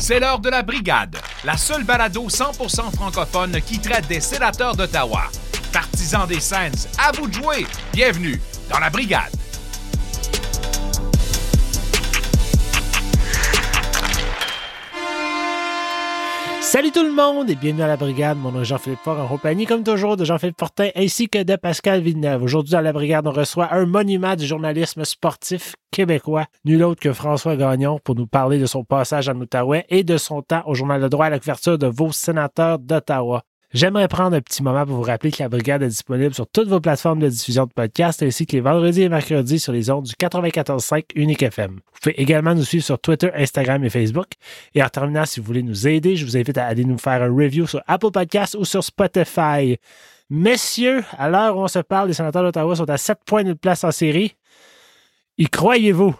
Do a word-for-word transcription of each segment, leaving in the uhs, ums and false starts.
C'est l'heure de la Brigade, la seule balado cent pour cent francophone qui traite des sénateurs d'Ottawa. Partisans des Sens, à vous de jouer. Bienvenue dans la Brigade. Salut tout le monde et bienvenue à la Brigade. Mon nom est Jean-Philippe Fort en compagnie, comme toujours, de Jean-Philippe Fortin ainsi que de Pascal Villeneuve. Aujourd'hui, dans la Brigade, on reçoit un monument du journalisme sportif québécois, nul autre que François Gagnon, pour nous parler de son passage en Outaouais et de son temps au Journal Le Droit à la couverture de vos sénateurs d'Ottawa. J'aimerais prendre un petit moment pour vous rappeler que la Brigade est disponible sur toutes vos plateformes de diffusion de podcasts ainsi que les vendredis et mercredis sur les ondes du quatre-vingt-quatorze virgule cinq Unique F M. Vous pouvez également nous suivre sur Twitter, Instagram et Facebook. Et en terminant, si vous voulez nous aider, je vous invite à aller nous faire un review sur Apple Podcasts ou sur Spotify. Messieurs, à l'heure où on se parle, les sénateurs d'Ottawa sont à sept points de place en série. Y croyez-vous?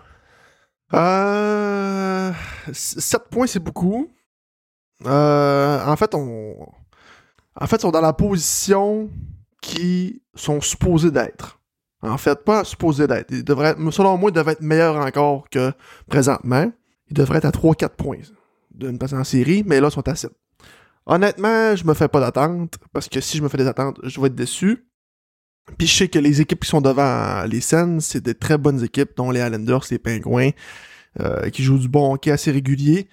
Euh... sept points, c'est beaucoup. Euh... En fait, on... En fait, ils sont dans la position qui sont supposés d'être. En fait, pas supposés d'être. Ils devraient, selon moi, ils devraient être meilleurs encore que présentement. Ils devraient être à trois quatre points d'une place en série, mais là, ils sont à sept. Honnêtement, je me fais pas d'attente, parce que si je me fais des attentes, je vais être déçu. Puis je sais que les équipes qui sont devant les Sens, c'est des très bonnes équipes, dont les Islanders, les Pingouins, euh, qui jouent du bon hockey assez régulier.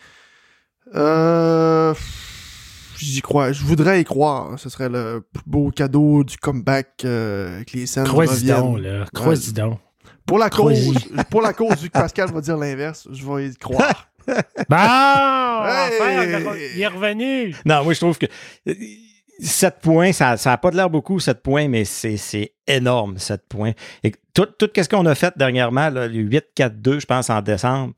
Euh... J'y crois. Je voudrais y croire. Ce serait le plus beau cadeau du comeback euh, avec les Sens Crois-y reviennent. donc, là. Crois-y donc. Pour la Crois-y. cause, pour la cause, vu que Pascal va dire l'inverse, je vais y croire. Bon! Hey! Enfin, il est revenu! Non, moi, je trouve que sept points, ça n'a pas de l'air beaucoup, sept points, mais c'est, c'est énorme, sept points. Et tout, tout ce qu'on a fait dernièrement, là, le huit quatre deux, je pense, en décembre,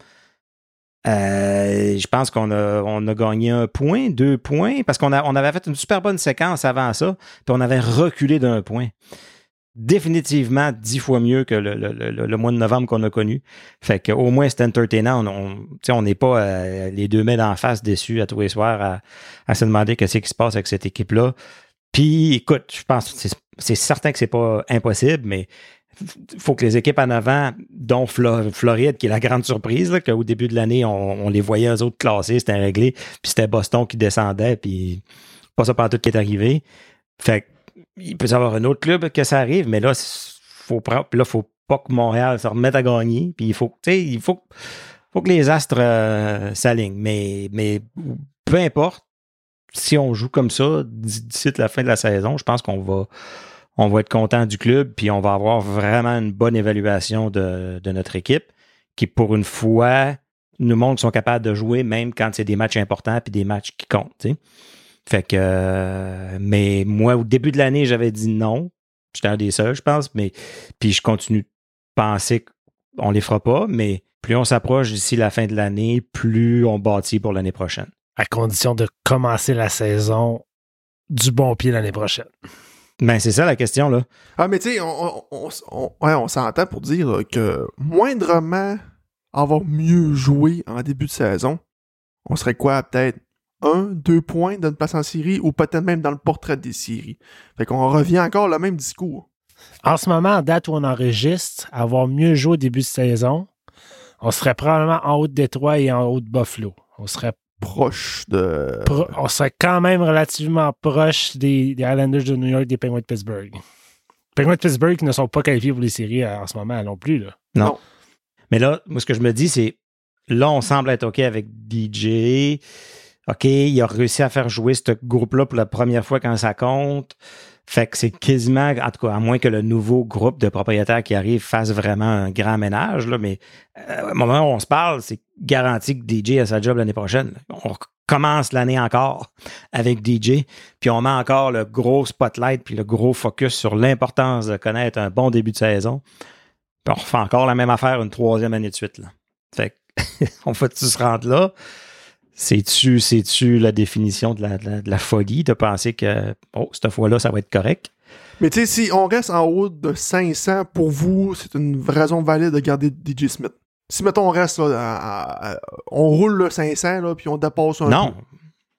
Euh, je pense qu'on a, on a gagné un point, deux points, parce qu'on a, on avait fait une super bonne séquence avant ça, puis on avait reculé d'un point. Définitivement dix fois mieux que le, le, le, le mois de novembre qu'on a connu. Fait qu'au moins, c'est entertainant. On n'est pas euh, les deux mains d'en face déçus à tous les soirs à, à se demander qu'est-ce qui se passe avec cette équipe-là. Puis, écoute, je pense que c'est, c'est certain que c'est pas impossible, mais il faut que les équipes en avant, dont Flo- Floride, qui est la grande surprise, là, qu'au début de l'année, on, on les voyait eux autres classés, c'était réglé, puis c'était Boston qui descendait, puis pas ça pendant tout qui est arrivé. Fait il peut y avoir un autre club que ça arrive, mais là, faut prendre, là, faut pas que Montréal se remette à gagner, puis il faut, tu sais, il faut, faut que les astres euh, s'alignent. Mais, mais peu importe, si on joue comme ça d'ici la fin de la saison, je pense qu'on va on va être content du club, puis on va avoir vraiment une bonne évaluation de, de notre équipe, qui, pour une fois, nous montre qu'ils sont capables de jouer, même quand c'est des matchs importants puis des matchs qui comptent. T'sais. Fait que, euh, mais moi, au début de l'année, j'avais dit non. J'étais un des seuls, je pense, mais puis je continue de penser qu'on les fera pas, mais plus on s'approche d'ici la fin de l'année, plus on bâtit pour l'année prochaine. À condition de commencer la saison du bon pied l'année prochaine. Ben, c'est ça la question, là. Ah, mais tu sais, on, on, on, ouais, on s'entend pour dire là, que moindrement avoir mieux joué en début de saison, on serait quoi, peut-être un, deux points d'une place en série ou peut-être même dans le portrait des séries. Fait qu'on revient encore le même discours. En ce moment, en date où on enregistre, avoir mieux joué au début de saison, on serait probablement en haut de Détroit et en haut de Buffalo. On serait proche de... Pro- on serait quand même relativement proche des, des Islanders de New York, des Penguins de Pittsburgh. Les Penguins de Pittsburgh qui ne sont pas qualifiés pour les séries en ce moment non plus. Là. Non. non. Mais là, moi, ce que je me dis, c'est là, on semble être OK avec D J. OK, il a réussi à faire jouer ce groupe-là pour la première fois quand ça compte. Fait que c'est quasiment, en tout cas, à moins que le nouveau groupe de propriétaires qui arrive fasse vraiment un grand ménage, là, mais euh, au moment où on se parle, c'est garanti que D J a sa job l'année prochaine. On commence l'année encore avec D J, puis on met encore le gros spotlight puis le gros focus sur l'importance de connaître un bon début de saison. Puis on refait encore la même affaire une troisième année de suite. Là. Fait on fait-tu se rendre là? C'est-tu, c'est-tu la définition de la, de la, de la folie de penser que, oh, cette fois-là, ça va être correct? Mais tu sais, si on reste en haut de cinq cents, pour vous, c'est une raison valide de garder D J Smith. Si, mettons, on reste là, à, à, à, on roule le cinq cents, là, puis on dépasse un Non. peu.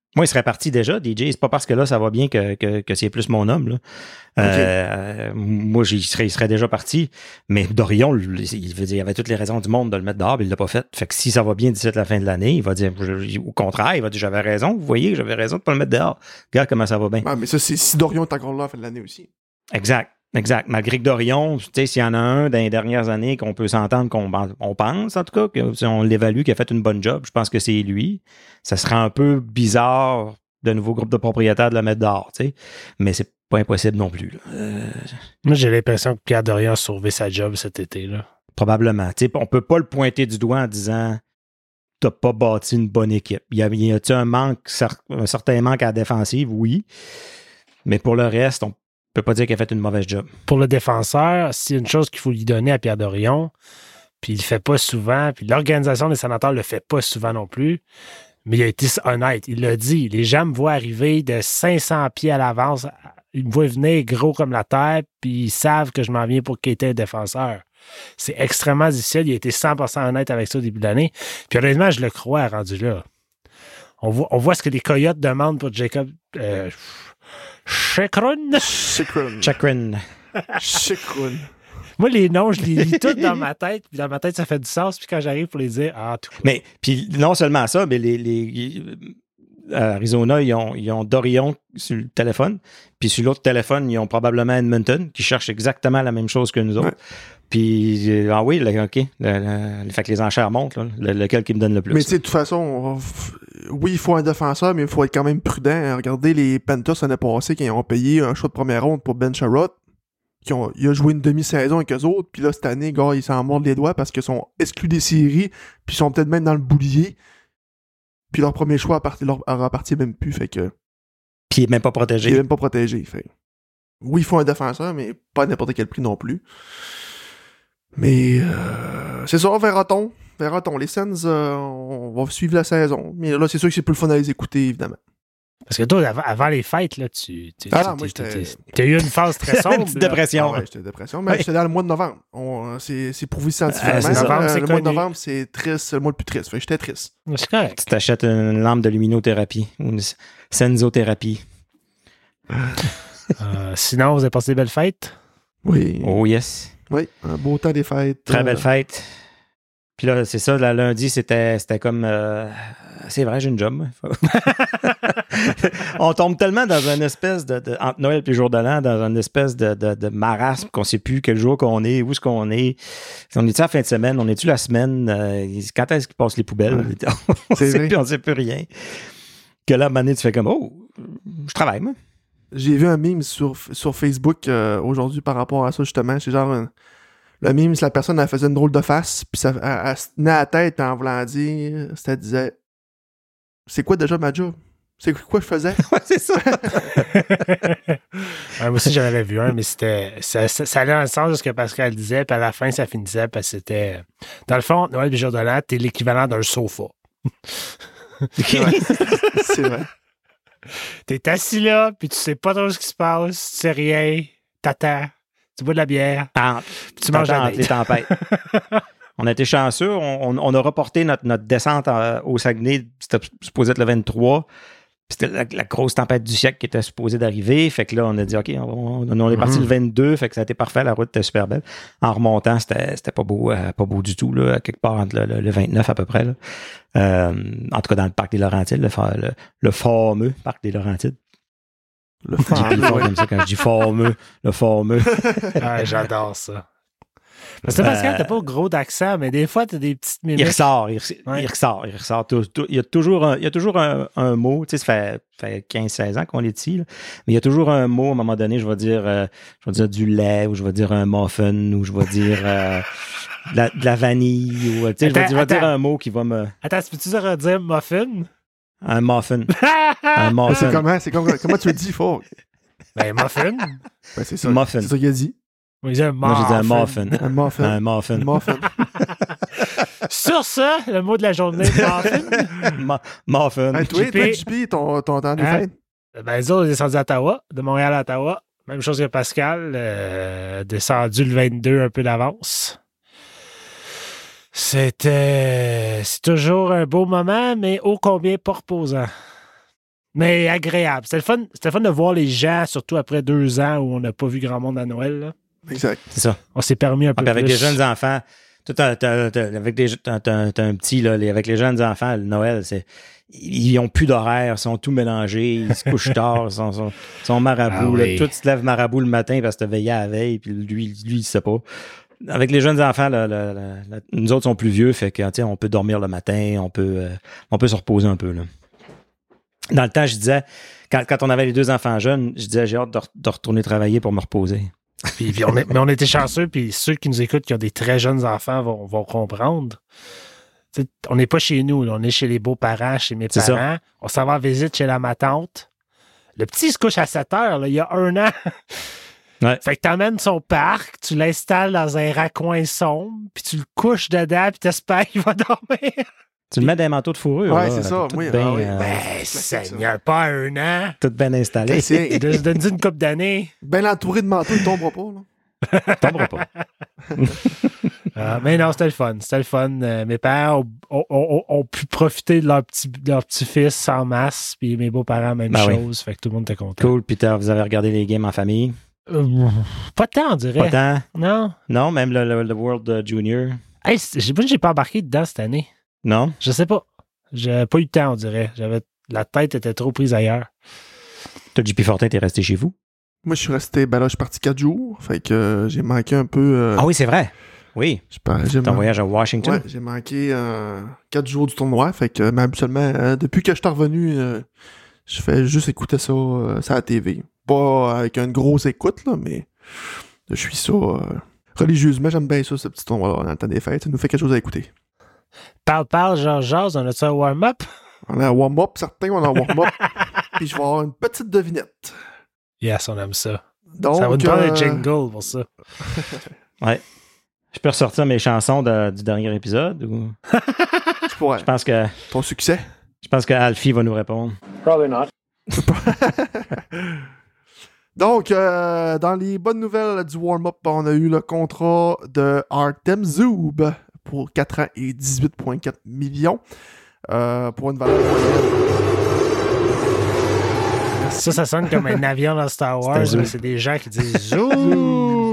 Moi, il serait parti déjà, D J. C'est pas parce que là, ça va bien que, que, que c'est plus mon homme. Là. Okay. Euh, moi, il serait, il serait déjà parti. Mais Dorion, il, il, veut dire, il avait toutes les raisons du monde de le mettre dehors, mais il l'a pas fait. Fait que si ça va bien d'ici à la fin de l'année, il va dire, je, au contraire, il va dire, j'avais raison. Vous voyez, j'avais raison de pas le mettre dehors. Regarde comment ça va bien. Ah, mais ça, c'est si Dorion est encore là à la fin de l'année aussi. Exact. Exact. Malgré que Dorion, tu sais, s'il y en a un dans les dernières années qu'on peut s'entendre, qu'on on pense, en tout cas, qu'on l'évalue, qu'il a fait une bonne job, je pense que c'est lui. Ça serait un peu bizarre de nouveau groupe de propriétaires de le mettre dehors, tu sais. Mais c'est pas impossible non plus. Là. Euh... Moi, j'ai l'impression que Pierre Dorion a sauvé sa job cet été, là. Probablement. Tu sais, on peut pas le pointer du doigt en disant t'as pas bâti une bonne équipe. Il y a, y a-tu un manque, un certain manque à la défensive? Oui. Mais pour le reste, on ne peut pas dire qu'il a fait une mauvaise job. Pour le défenseur, c'est une chose qu'il faut lui donner à Pierre Dorion, puis il le fait pas souvent, puis l'organisation des Sénateurs le fait pas souvent non plus, mais il a été honnête, il l'a dit, les gens me voient arriver de cinq cents pieds à l'avance, ils me voient venir gros comme la terre, puis ils savent que je m'en viens pour quitter un défenseur. C'est extrêmement difficile, il a été cent pour cent honnête avec ça au début de l'année, puis honnêtement, je le crois rendu là. On voit, on voit ce que les Coyotes demandent pour Jacob... Euh, Chychrun? Chychrun. Chychrun. Chychrun. Moi, les noms, je les lis tous dans ma tête, puis dans ma tête, ça fait du sens, puis quand j'arrive pour les dire, ah, tout. Mais, puis non seulement ça, mais les, les à Arizona, ils ont, ils ont Dorion sur le téléphone, puis sur l'autre téléphone, ils ont probablement Edmonton, qui cherche exactement la même chose que nous autres. Ouais. Puis, ah oui, le, OK, le, le, fait que les enchères montent, là, le, lequel qui me donne le plus. Mais tu sais, de toute façon, oui, il faut un défenseur, mais il faut être quand même prudent. Regardez les Panthers l'année passée qui ont payé un choix de première ronde pour Ben Sherratt. Qui ont, il a joué une demi-saison avec eux autres, puis là, cette année, gars, ils s'en mordent les doigts parce qu'ils sont exclus des séries, puis ils sont peut-être même dans le boulier. Puis leur premier choix leur appartient même plus, fait que... Puis il est même pas protégé. Il est même pas protégé, fait. Oui, il faut un défenseur, mais pas à n'importe quel prix non plus. Mais euh, c'est ça, verra-t-on. Verra-t-on. Les Sens, euh, on va suivre la saison. Mais là, c'est sûr que c'est plus le fun à les écouter, évidemment. Parce que toi, avant, avant les fêtes, là, tu, tu ah non, moi, j'étais... t'as eu une phase très sombre. Une petite dépression. Ah ouais, j'étais en dépression. Mais oui. J'étais dans le mois de novembre. On, c'est, c'est prouvé scientifiquement. Euh, c'est novembre, c'est le connu. mois de novembre, c'est triste. C'est le mois le plus triste. Fait que j'étais triste. C'est correct. Tu t'achètes une lampe de luminothérapie ou une sensothérapie. euh, sinon, vous avez passé des belles fêtes? Oui. Oh yes. Oui, un beau temps des fêtes. Très belle fête. Puis là, c'est ça, le lundi, c'était, c'était comme... Euh, c'est vrai, j'ai une job. On tombe tellement dans une espèce de... de entre Noël et le jour de l'an, dans une espèce de, de, de marasme qu'on ne sait plus quel jour qu'on est, où est-ce qu'on est. On est-tu à la fin de semaine? On est-tu la semaine? Euh, quand est-ce qu'ils passent les poubelles? Ouais. on c'est sait vrai. plus, on ne sait plus rien. Que là, à un moment donné, tu fais comme, oh, je travaille, moi. J'ai vu un meme sur, sur Facebook euh, aujourd'hui par rapport à ça, justement. C'est genre... Un... Le meme, c'est la personne, elle faisait une drôle de face, puis ça, elle, elle se tenait à la tête en voulant dire, ça disait, c'est quoi déjà ma job? C'est quoi je faisais? Ouais, c'est ça. ouais, moi aussi, j'en avais vu un, mais c'était, ça, ça, ça allait dans le sens de ce que Pascal disait, puis à la fin, ça finissait, parce que c'était, dans le fond, Noël et jour de l'an, t'es l'équivalent d'un sofa. Ouais, c'est vrai. T'es assis là, puis tu sais pas trop ce qui se passe, tu sais rien, t'attends. Tu bois de la bière. Ah, tu manges entre les tempêtes. On a été chanceux. On, on, on a reporté notre, notre descente à, au Saguenay. C'était supposé être le vingt-trois. C'était la, la grosse tempête du siècle qui était supposée d'arriver. Fait que là, on a dit, OK, on, on, on est parti mm-hmm. le vingt-deux. Fait que ça a été parfait. La route était super belle. En remontant, c'était, c'était pas beau, euh, pas beau du tout, là, quelque part entre le, le, le vingt-neuf à peu près. Là. Euh, en tout cas, dans le parc des Laurentides, le, le, le fameux parc des Laurentides. Le fameux, ouais. Comme ça quand je dis fameux, le fameux. Ah, j'adore ça. Parce que Pascal, euh, t'as pas gros d'accent, mais des fois, t'as des petites mimiques. Il ressort, il, ouais. il ressort, il ressort. Tout, tout, il y a toujours un, il y a toujours un, un mot, tu sais, ça fait, fait quinze seize ans qu'on est ici, là, mais il y a toujours un mot, à un moment donné, je vais dire, euh, je vais dire du lait, ou je vais dire un muffin, ou je vais dire euh, de, la, de la vanille, ou, tu sais, je vais, je vais dire un mot qui va me... Attends, peux-tu dire, dire muffin? Un muffin. un muffin. C'est comment, c'est comment, comment tu le dis, fort? Ben, muffin. Ben, c'est ça. Muffin. C'est ça qu'il a dit. Moi, j'ai un Moi, j'ai dit un muffin. Un muffin. Un muffin. Un muffin. Sur ça, le mot de la journée, muffin. Ma- muffin. Hey, toi, toi, J P, ton, ton temps des hein? fêtes? Ben, les autres, on est descendu à Ottawa, de Montréal à Ottawa. Même chose que Pascal, euh, descendu le vingt-deux, un peu d'avance. C'était... C'est toujours un beau moment, mais ô combien pas reposant. Mais agréable. C'était le fun, c'était le fun de voir les gens, surtout après deux ans où on n'a pas vu grand monde à Noël. Là. Exact. C'est ça. On s'est permis un peu Ah, puis avec plus. les jeunes enfants, toi, t'as, t'as, t'as, avec des, t'as, t'as, t'as un petit, là, les, avec les jeunes enfants, le Noël, c'est, ils ont plus d'horaire, ils sont tout mélangés, ils se couchent tard, ils sont, sont, sont marabouts. Ah oui. Là, tout se lève marabout le matin parce que t'as veillé à la veille, puis lui, lui, il sait pas. Avec les jeunes enfants, là, là, là, là, nous autres sont plus vieux, fait que, tiens, on peut dormir le matin, on peut, euh, on peut se reposer un peu, là. Dans le temps, je disais, quand, quand on avait les deux enfants jeunes, je disais, j'ai hâte de, re- de retourner travailler pour me reposer. Puis, puis on est- mais on était chanceux, puis ceux qui nous écoutent, qui ont des très jeunes enfants, vont, vont comprendre. Tu sais, on n'est pas chez nous, là, on est chez les beaux-parents, chez mes C'est parents. On s'en va en visite chez la ma tante. Le petit se couche à sept heures, là, il y a un an. Ouais. Fait que t'emmènes son parc, tu l'installes dans un raccoin sombre, puis tu le couches dedans, puis t'espères qu'il va dormir. Tu le mets dans un manteau de fourrure. Ouais, là, c'est ça. Tout Oui, bien, ah oui. euh, Ben, classique, Seigneur, pas un an. tout bien installé. C'est Donne-y une couple d'années. bien entouré de manteaux, il tombera pas. Là. Tombera pas. Ah, mais non, c'était le fun. C'était le fun. Euh, mes parents ont, ont- ont- ont pu profiter de leur petit, de leur petit-fils en masse, puis mes beaux-parents, même Ben oui. chose. Fait que tout le monde était content. Cool. Puis t'as- vous avez regardé les games en famille? Euh, pas tant, on dirait. Pas tant? Non. Non, même le, le, le World Junior? Hey, c'est- j'ai pas, j'ai pas embarqué dedans cette année. Non? Je sais pas. J'ai pas eu le temps, on dirait. J'avais, la tête était trop prise ailleurs. Toi, J P Fortin, t'es resté chez vous? Moi, je suis resté, ben là, je suis parti quatre jours. Fait que euh, j'ai manqué un peu. euh, Ah oui, c'est vrai. Oui. j'ai pas- j'ai Ton man- voyage à Washington? Ouais, j'ai manqué euh, quatre jours du tournoi. Fait que, mais habituellement, euh, depuis que je suis revenu, euh, je fais juste écouter ça, euh, ça à la T V. Pas avec une grosse écoute, là, mais je suis ça euh, religieusement. J'aime bien ça, ce petit tournoi-là, dans le temps des fêtes. Ça nous fait quelque chose à écouter. Parle, parle, genre, jase, on a-tu un warm-up? On a un warm-up, certains, on a un warm-up. Puis je vais avoir une petite devinette. Yes, on aime ça. Donc, ça va nous prendre euh, un jingle pour ça. Ouais. Je peux ressortir mes chansons de- du dernier épisode? Ou... tu pourrais. Je pense que Ton succès. je pense que Alfie va nous répondre. Donc, euh, dans les bonnes nouvelles du warm-up, on a eu le contrat de Artem Zub pour quatre ans et dix-huit virgule quatre millions euh, pour une valeur moyenne. Ça, ça sonne comme un avion dans Star Wars. C'est un mais zoo. C'est des gens qui disent Zou!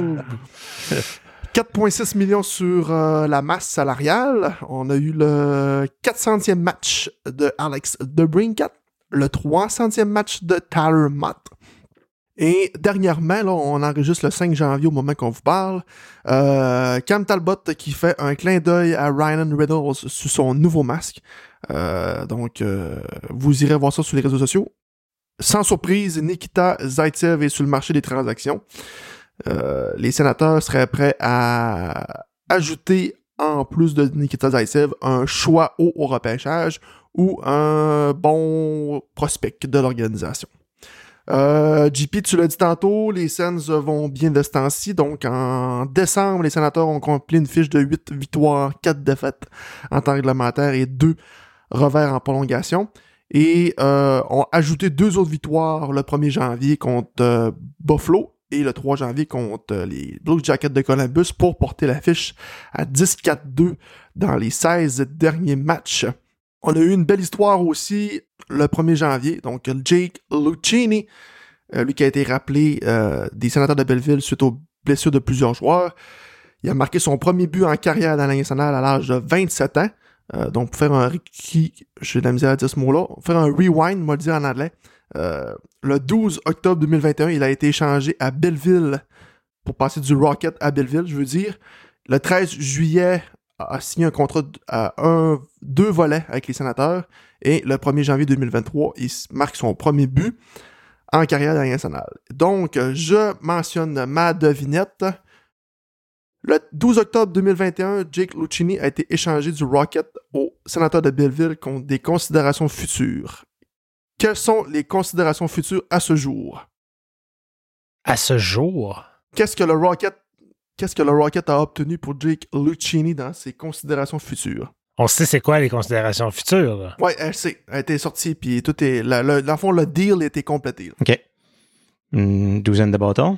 quatre virgule six millions sur euh, la masse salariale. On a eu le quatre centième match de Alex DeBrincat, le trois centième match de Tyler Mott. Et dernièrement, là, on enregistre le cinq janvier au moment qu'on vous parle, euh, Cam Talbot qui fait un clin d'œil à Ryan Reynolds sur son nouveau masque. Euh, donc, euh, vous irez voir ça sur les réseaux sociaux. Sans surprise, Nikita Zaitsev est sur le marché des transactions. Euh, les sénateurs seraient prêts à ajouter, en plus de Nikita Zaitsev, un choix haut au repêchage ou un bon prospect de l'organisation. Euh, J P, tu l'as dit tantôt, les Sens vont bien de ce temps-ci. Donc, en décembre, les sénateurs ont accompli une fiche de huit victoires, quatre défaites en temps réglementaire et deux revers en prolongation. Et euh, ont ajouté deux autres victoires le premier janvier contre euh, Buffalo et le trois janvier contre euh, les Blue Jackets de Columbus pour porter la fiche à dix quatre deux dans les seize derniers matchs. On a eu une belle histoire aussi le premier janvier. Donc, Jake Lucchini, euh, lui qui a été rappelé euh, des sénateurs de Belleville suite aux blessures de plusieurs joueurs. Il a marqué son premier but en carrière dans la Ligue nationale à l'âge de vingt-sept ans. Euh, donc, pour faire un requis, j'ai de la misère à dire ce mot-là, pour faire un rewind, moi le dire en anglais, euh, le douze octobre deux mille vingt et un, il a été échangé à Belleville pour passer du Rocket à Belleville, je veux dire. Le treize juillet, a signé un contrat à un, deux volets avec les sénateurs et le premier janvier deux mille vingt-trois, il marque son premier but en carrière dans la Ligue nationale. Donc, je mentionne ma devinette. Le douze octobre deux mille vingt et un, Jake Lucchini a été échangé du Rocket au sénateur de Belleville contre des considérations futures. Quelles sont les considérations futures à ce jour? À ce jour? Qu'est-ce que le Rocket, qu'est-ce que le Rocket a obtenu pour Jake Lucchini dans ses considérations futures? On sait c'est quoi les considérations futures, là. Ouais, elle sait. Elle a été sortie, puis tout est... La, le, dans le fond, le deal a été complété. Là. OK. Une douzaine de bâtons.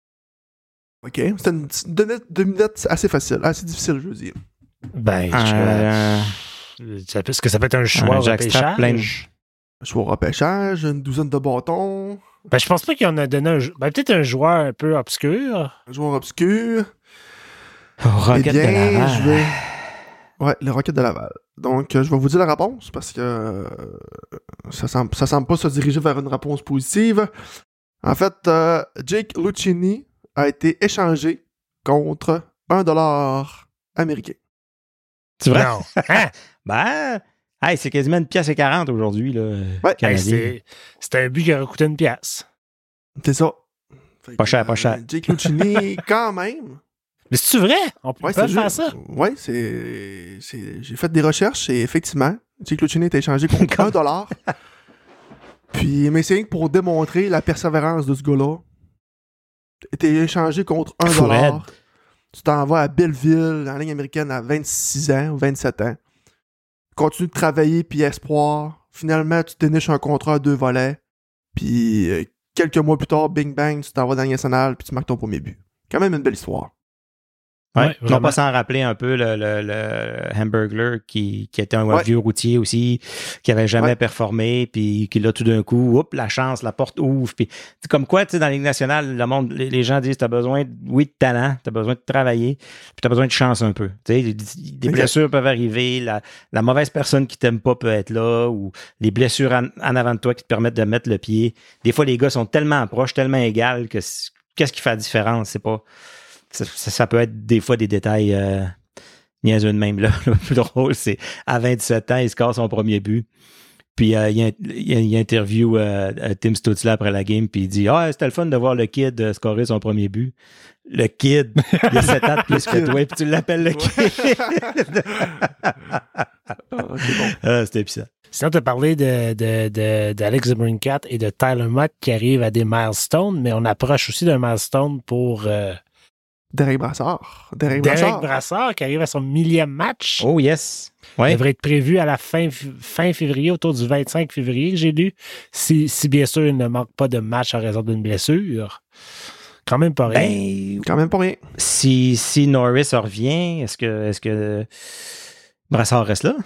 OK. C'était une devinette, devinette assez facile, assez difficile, je veux dire. Ben, Euh, je... ça peut- est-ce que ça peut être un choix un au jackstrap plein de- repêchage? Choix au repêchage, une douzaine de bâtons. Ben, je pense pas qu'il en a donné un... Ben, peut-être un joueur un peu obscur. Un joueur obscur. Oh, Rocket eh bien, de Laval. je vais... Ouais, les Rockets de Laval. Donc, euh, je vais vous dire la réponse parce que euh, ça semble, ça semble pas se diriger vers une réponse positive. En fait, euh, Jake Lucchini a été échangé contre un dollar américain. C'est vrai? Non. Hein? Ben, hey, c'est quasiment une pièce et quarante aujourd'hui, là, Ouais. Hey, canadien. c'est... C'était un but qui aurait coûté une pièce. C'est ça. Fait Pas que, cher, pas euh, cher. Jake Lucchini, quand même. Mais c'est-tu vrai? On peut Ouais, pas c'est faire juste- ça? Ouais, c'est, c'est... J'ai fait des recherches et effectivement, Jake Lucchini a été échangé contre un dollar. Puis, mais c'est rien que pour démontrer la persévérance de ce gars-là. Il a été échangé contre un Fou dollar. raide. Tu t'en vas à Belleville, en ligne américaine, à vingt-six ans ou vingt-sept ans. Continue de travailler, puis espoir. Finalement, tu déniches un contrat à deux volets. Puis, euh, quelques mois plus tard, bing bang, tu t'en vas dans la nationale, puis tu marques ton premier but. Quand même une belle histoire. Ouais. Ouais, non vraiment. pas sans rappeler un peu le, le, le Hamburglar qui, qui était un Ouais. vieux routier aussi, qui avait jamais Ouais. performé, puis qui là tout d'un coup, oups, la chance, la porte ouvre. Puis c'est comme quoi, tu sais, dans la Ligue nationale, le monde, les, les gens disent t'as besoin, oui, de talent, t'as besoin de travailler, puis t'as besoin de chance un peu. Tu sais, des, des Exact. blessures peuvent arriver, la, la mauvaise personne qui t'aime pas peut être là, ou les blessures en, en avant de toi qui te permettent de mettre le pied. Des fois, les gars sont tellement proches, tellement égales que c'est- qu'est-ce qui fait la différence? C'est pas. Ça, ça, ça peut être des fois des détails euh, niaiseux de même. Là. Le plus drôle, c'est à vingt-sept ans, il score son premier but. Puis euh, il, il, il interview euh, Tim Stutzla après la game, puis il dit « Ah, c'était le fun de voir le kid euh, scorer son premier but. » Le kid, il a sept ans de plus que toi, puis tu l'appelles le kid. Ah, c'est bon. Ah, c'était puissant. Sinon, tu as parlé de, de, de, d'Alex Brinkat et de Tyler Mott qui arrivent à des milestones, mais on approche aussi d'un milestone pour euh, Derek Brassard. Derek, Derek Brassard. Brassard qui arrive à son millième match. Oh yes! Il Ouais. devrait être prévu à la fin, fin février, autour du vingt-cinq février, que j'ai lu. Si, si bien sûr, il ne manque pas de match en raison d'une blessure. Quand même pas rien. Ben, Quand même pas rien. si, si Norris revient, est-ce que, est-ce que Brassard reste là?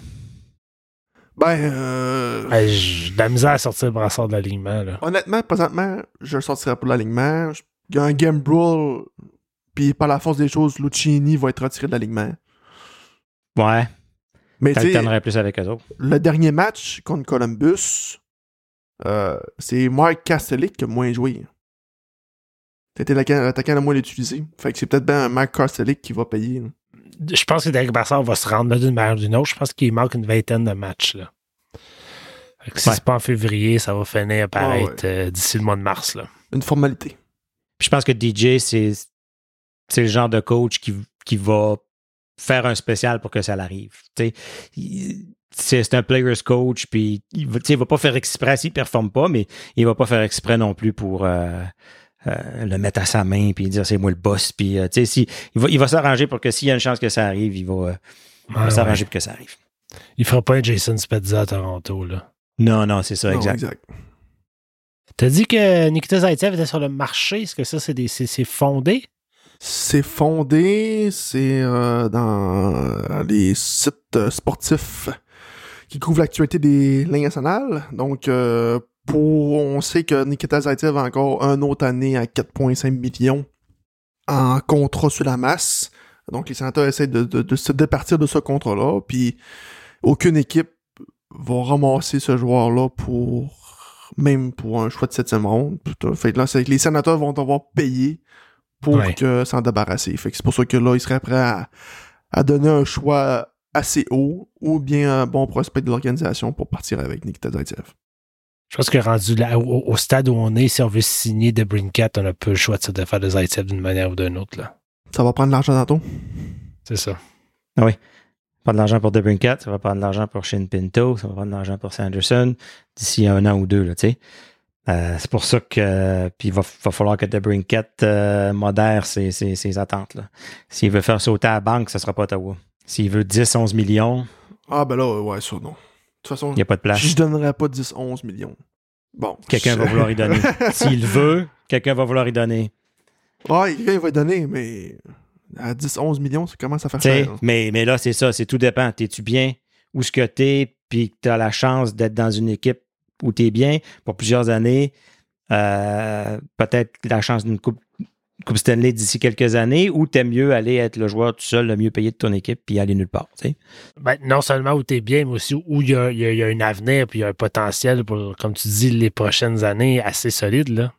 Ben, euh, Ben, j'ai de la misère à sortir Brassard de l'alignement. Là. honnêtement, présentement, je le sortirai pas de l'alignement. Je- Il y a un game rule, puis par la force des choses, Lucchini va être retiré de l'alignement. Ouais. Mais tu sais, T'alternerais plus avec eux autres. le dernier match contre Columbus, euh, c'est Mark Kastelik qui a moins joué. C'était l'attaquant le moins utilisé. Fait que c'est peut-être bien Mark Kastelik qui va payer. là. Je pense que Derek Brassard va se rendre là d'une manière ou d'une autre. Je pense qu'il manque une vingtaine de matchs. Là. Fait que si Ouais. c'est pas en février, ça va finir par Ouais, être euh, d'ici le mois de mars. Là. Une formalité. Puis je pense que D J, c'est, c'est le genre de coach qui, qui va faire un spécial pour que ça l'arrive. Tu sais, il- c'est, c'est un player's coach, puis il va, tu sais, il va pas faire exprès s'il performe pas, mais il va pas faire exprès non plus pour euh, euh, le mettre à sa main puis dire c'est moi le boss. Puis euh, tu sais, si, il va, il va s'arranger pour que s'il y a une chance que ça arrive, il va, euh, il va Ouais, s'arranger ouais. pour que ça arrive. Il fera pas un Jason Spezza à Toronto. Là. Non, non, c'est ça, Non, exact. exact. T'as dit que Nikita Zaitsev était sur le marché. Est-ce que ça, c'est, des, c'est, c'est fondé? C'est fondé, c'est euh, dans les sites euh, sportifs qui couvrent l'actualité des lignes nationales. Donc, euh, pour, on sait que Nikita Zaitsev a encore une autre année à quatre virgule cinq millions en contrat sur la masse. Donc, les sénateurs essaient de, de, de se départir de ce contrat-là. Puis, aucune équipe va ramasser ce joueur-là pour même pour un choix de septième ronde. Putain. Fait que là, c'est que les sénateurs vont devoir payer pour Ouais. que s'en débarrasser. Fait que c'est pour ça que là, ils seraient prêts à, à donner un choix assez haut ou bien un bon prospect de l'organisation pour partir avec Nikita Zaitsev. Je pense que rendu là, au, au stade où on est, si on veut signer de Brinkat, on n'a pas le choix de se défaire de Zaitsev d'une manière ou d'une autre. Là. Ça va prendre de l'argent tantôt. C'est ça. Ah oui. Pas de l'argent pour DeBrincat, ça va prendre de l'argent pour Shane Pinto, ça va prendre de l'argent pour Sanderson d'ici un an ou deux, là, tu sais. Euh, c'est pour ça que euh, puis il va, va falloir que DeBrincat euh, modère ses, ses, ses attentes. Là. S'il veut faire sauter à la banque, ça sera pas Ottawa. S'il veut dix onze millions, Ah ben là, ouais, ça non. De toute façon, il n'y a pas de place. je donnerais pas dix onze millions. Bon. Quelqu'un je- va vouloir y donner. S'il veut, quelqu'un va vouloir y donner. Ouais, quelqu'un va y donner, mais à dix onze millions, ça commence à faire T'sais, cher. hein. mais, mais là, c'est ça, c'est tout dépend. T'es-tu bien où ce que t'es, puis que t'as la chance d'être dans une équipe où tu es bien pour plusieurs années, euh, peut-être la chance d'une coupe, coupe Stanley d'ici quelques années, ou tu aimes mieux aller être le joueur tout seul, le mieux payé de ton équipe, puis aller nulle part. Tu sais? Ben, non seulement où tu es bien, mais aussi où il y a, y a, y a un avenir puis il y a un potentiel pour, comme tu dis, les prochaines années assez solide. Là.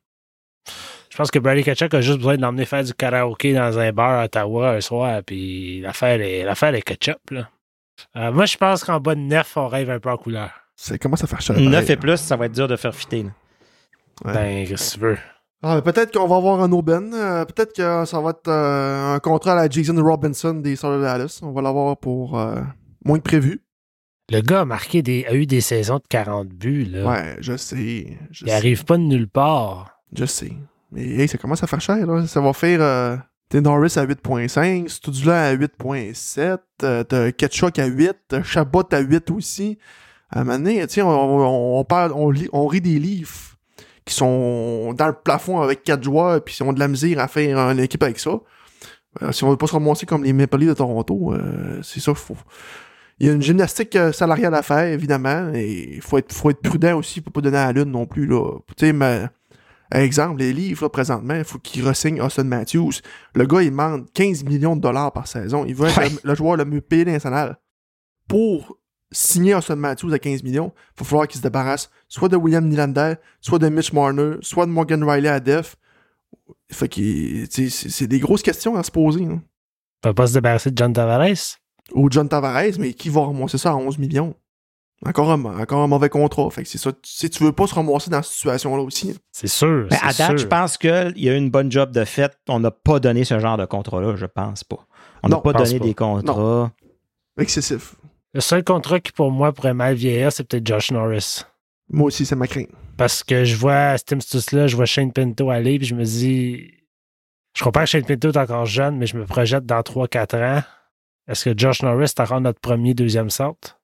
Je pense que Brady Tkachuk a juste besoin de l'emmener faire du karaoké dans un bar à Ottawa un soir, puis l'affaire est, l'affaire est ketchup. Là. Euh, moi, je pense qu'en bas de neuf, on rêve un peu en couleur. Ça commence à faire cher. neuf et plus, ça va être dur de faire fitter. Là. Ouais. Ben, qu'est-ce que tu veux? Ah, peut-être qu'on va avoir un Oben. Euh, peut-être que ça va être euh, un contrat à la Jason Robinson des Stars de Dallas. On va l'avoir pour euh, moins que prévu. Le gars a marqué des, a eu des saisons de quarante buts. Là. Ouais, je sais. Je Il sais. arrive pas de nulle part. Je sais. Mais hey, ça commence à faire cher. Là. Ça va faire... Euh, t'es Norris à huit virgule cinq, Studula à huit virgule sept, euh, t'as Ketchuk à huit, t'as Chabot à huit aussi. À un moment donné, on, on, on, parle, on, lit, on rit des livres qui sont dans le plafond avec quatre joueurs puis ils ont de la misère à faire une équipe avec ça. Euh, si on veut pas se ramasser comme les Maple Leafs de Toronto, euh, c'est ça qu'il faut. Il y a une gymnastique salariale à faire, évidemment, et il faut être, faut être prudent aussi pour pas donner à la lune non plus. Là. Tu sais, mais... Exemple, les livres, là, présentement, il faut qu'il re-signe Austin Matthews. Le gars, il demande quinze millions de dollars par saison. Il veut être ouais. le, le joueur le mieux payé national. Pour signer Austin Matthews à quinze millions, il va falloir qu'il se débarrasse soit de William Nylander, soit de Mitch Marner, soit de Morgan Riley à Def. Fait que c'est, c'est des grosses questions à se poser. Hein. Il va pas se débarrasser de John Tavares? Ou John Tavares, mais qui va remonter ça à onze millions? Encore un, encore un mauvais contrat. Fait que c'est ça. Si tu veux pas se ramasser dans cette situation-là aussi. C'est sûr. Mais c'est à date, sûr. je pense qu'il y a eu une bonne job de fait. On n'a pas donné ce genre de contrat-là, je pense pas. On n'a pas donné pas. des contrats. Non. Excessif. Le seul contrat qui, pour moi, pourrait mal vieillir, c'est peut-être Josh Norris. Moi aussi, c'est ma crainte. Parce que je vois Tim Stutzla, je vois Shane Pinto aller, puis je me dis... Je comprends que Shane Pinto est encore jeune, mais je me projette dans trois quatre ans. Est-ce que Josh Norris est encore notre premier, deuxième centre?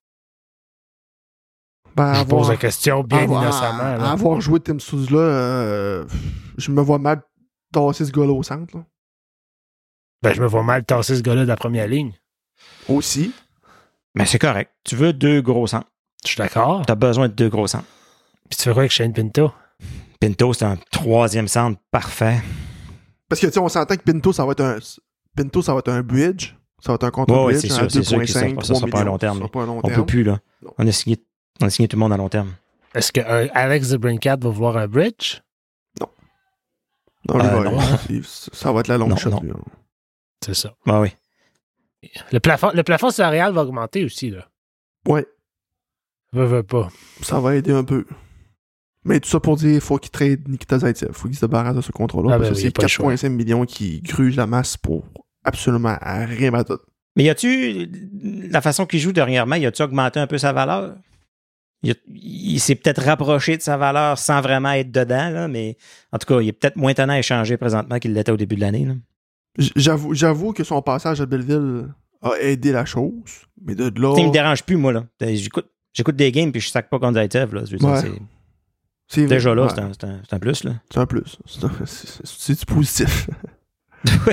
Ben, je avoir, pose la question bien avoir, innocemment. Là. Avoir joué Tim Stutzla, euh, je me vois mal tasser ce gars-là au centre. Là. Ben, je me vois mal tasser ce gars-là de la première ligne. Aussi. Mais c'est correct. Tu veux deux gros centres. Je suis d'accord. Tu as besoin de deux gros centres. Puis tu fais quoi avec Shane Pinto? Pinto, c'est un troisième centre parfait. Parce que, tu sais, on s'entend que Pinto, ça va être un... Pinto, ça va être un bridge. Ça va être un contrat ouais, bridge. Ouais, c'est sûr, c'est sûr que ça ne sera pas à long terme. Pas à long on terme. peut plus, là. On a, signé, on a signé tout le monde à long terme. Est-ce que euh, Alex DeBrincat va vouloir un bridge? Non. Non, euh, va, non. Ça va être la longue non, shot. Non. Lui, c'est ça. Ah oui. Le plafond, le plafond salarial va augmenter aussi, là. Ouais. Veux, veux pas. Ça va aider un peu. Mais tout ça pour dire, il faut qu'il trade Nikita Zaitsev. Il faut qu'il se débarrasse de ce contrat-là. Ah parce ben que oui, c'est quatre virgule cinq millions qui grugent la masse pour absolument rien à tout. Mais y a-tu, la façon qu'il joue dernièrement, y a-tu augmenté un peu sa valeur? Il, a, il s'est peut-être rapproché de sa valeur sans vraiment être dedans, là, mais en tout cas, il est peut-être moins tannant à échanger présentement qu'il l'était au début de l'année. Là. J'avoue, j'avoue que son passage à Belleville a aidé la chose, mais de là... Ça, il me dérange plus, moi. Là. J'écoute, j'écoute des games puis je sac pas contre Zaitsev. Là. Ouais. C'est, c'est déjà là, ouais. c'est, un, c'est, un, c'est un plus. Là. C'est un plus. C'est, un, c'est, c'est du positif. Oui.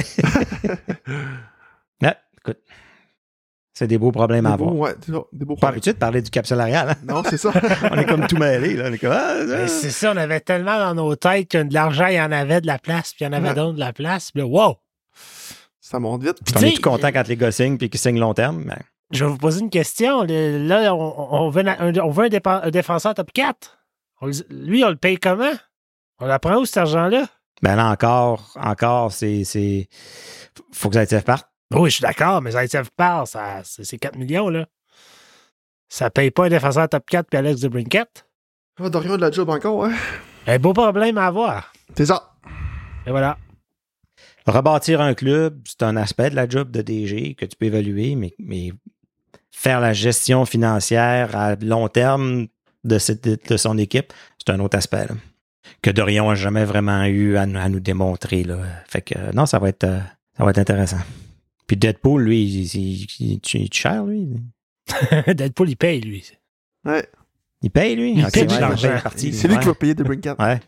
Ah, écoute. C'est des beaux problèmes des à beaux, avoir. Ouais, des, des beaux Pas habitué de parler du cap salarial. Hein? Non, c'est ça. On est comme tout mêlés. Là. On est comme, ah, ah. C'est ça, on avait tellement dans nos têtes que de l'argent, il y en avait de la place, puis il y en avait ouais. d'autres de la place. Puis là, wow! Ça monte vite. Puis on est tout content quand les gars signent puis qu'ils signent long terme. Mais... Je vais vous poser une question. Là, on, on veut, un, on veut un, dépa- un défenseur top quatre. On, lui, on le paye comment? On l'apprend où, cet argent-là? Ben là, encore, encore, c'est... c'est... faut que Zaitsev parte. Oui, je suis d'accord, mais Zaitsev part, ça, c'est, c'est quatre millions, là. Ça paye pas un défenseur top quatre puis Alex DeBrincat. Ah, Dorion a de la job encore, hein? Un beau problème à avoir. C'est ça. Et voilà. Rebâtir un club, c'est un aspect de la job de D G que tu peux évaluer, mais, mais faire la gestion financière à long terme de, cette, de son équipe, c'est un autre aspect, là, que Dorion n'a jamais vraiment eu à, à nous démontrer. Là. Fait que non, ça va être, ça va être intéressant. Puis Deadpool, lui, il, il, il, il est cher, lui. Deadpool, il paye, lui. Ouais. Il paye, lui? Il ah, paye c'est, de vrai, c'est lui ouais. qui va payer DeBrincat. Ouais.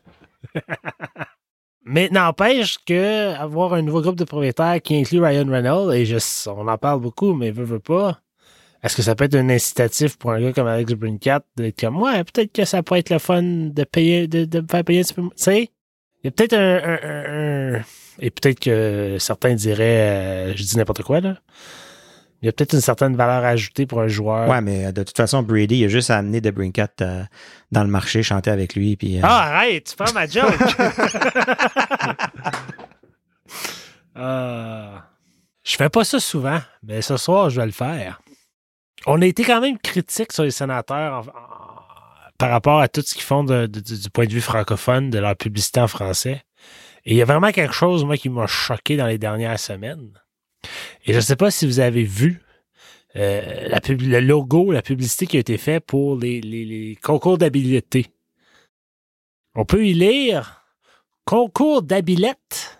Mais n'empêche qu'avoir un nouveau groupe de propriétaires qui inclut Ryan Reynolds, et je, on en parle beaucoup, mais veut, veut pas, Est-ce que ça peut être un incitatif pour un gars comme Alex Brinkat d'être comme, ouais, peut-être que ça pourrait être le fun de payer, de, de me faire payer un petit peu. Tu sais, il y a peut-être un, un, un, un. Et peut-être que certains diraient, euh, je dis n'importe quoi, là. Il y a peut-être une certaine valeur ajoutée pour un joueur. Ouais, mais de toute façon, Brady, il a juste à amener DeBrincat euh, dans le marché, chanter avec lui. Puis, euh... Ah, arrête, tu prends ma joke! euh, je fais pas ça souvent, mais ce soir, je vais le faire. On a été quand même critique sur les sénateurs en, en, par rapport à tout ce qu'ils font de, de, de, du point de vue francophone, de leur publicité en français. Et il y a vraiment quelque chose, moi, qui m'a choqué dans les dernières semaines. Et je ne sais pas si vous avez vu euh, la pub- le logo, la publicité qui a été faite pour les, les, les concours d'habileté. On peut y lire « Concours d'habilette ».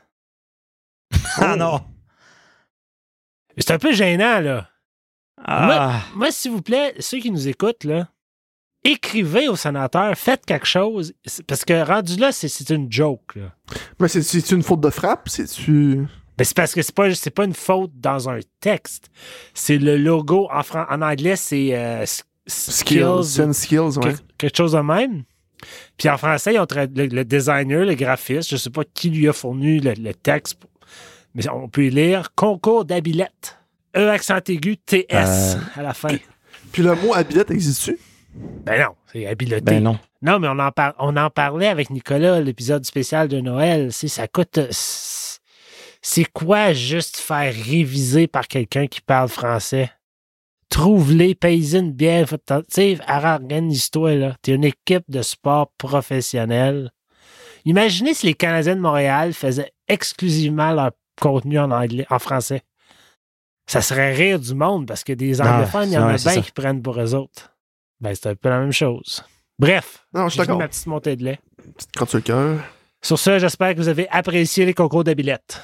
Ah non! C'est un peu gênant, là. Ah. Moi, moi, s'il vous plaît, ceux qui nous écoutent, là, écrivez au sénateur, faites quelque chose, parce que rendu là, c'est, c'est une joke, là. Mais c'est, c'est une faute de frappe? C'est-tu... Ben, c'est parce que c'est pas, c'est pas une faute dans un texte. C'est le logo. En, fran- en anglais, c'est euh, skills. Skills. skills ouais. que- quelque chose de même. Puis en français, ils ont tra- le, le designer, le graphiste, je sais pas qui lui a fourni le, le texte, mais on peut y lire concours d'habilette. E accent aigu, T S Euh. à la fin. Puis le mot habilette existe-tu? Ben non, c'est habileté. Ben non. Non, mais on en, par- on en parlait avec Nicolas, l'épisode spécial de Noël. C'est, ça coûte. C'est quoi juste faire réviser par quelqu'un qui parle français? Trouve-les, paye-y une bière. Tu sais, organise-toi, là. T'es une équipe de sport professionnel. Imaginez si les Canadiens de Montréal faisaient exclusivement leur contenu en anglais, en français. Ça serait rire du monde parce que des anglophones, il y en ouais, a c'est bien ça. qui prennent pour eux autres. Ben, c'est un peu la même chose. Bref, Non, je suis j'ai fini d'accord. ma petite montée de lait. Petite crotte sur le cœur. Sur ce, j'espère que vous avez apprécié les concours d'habilettes.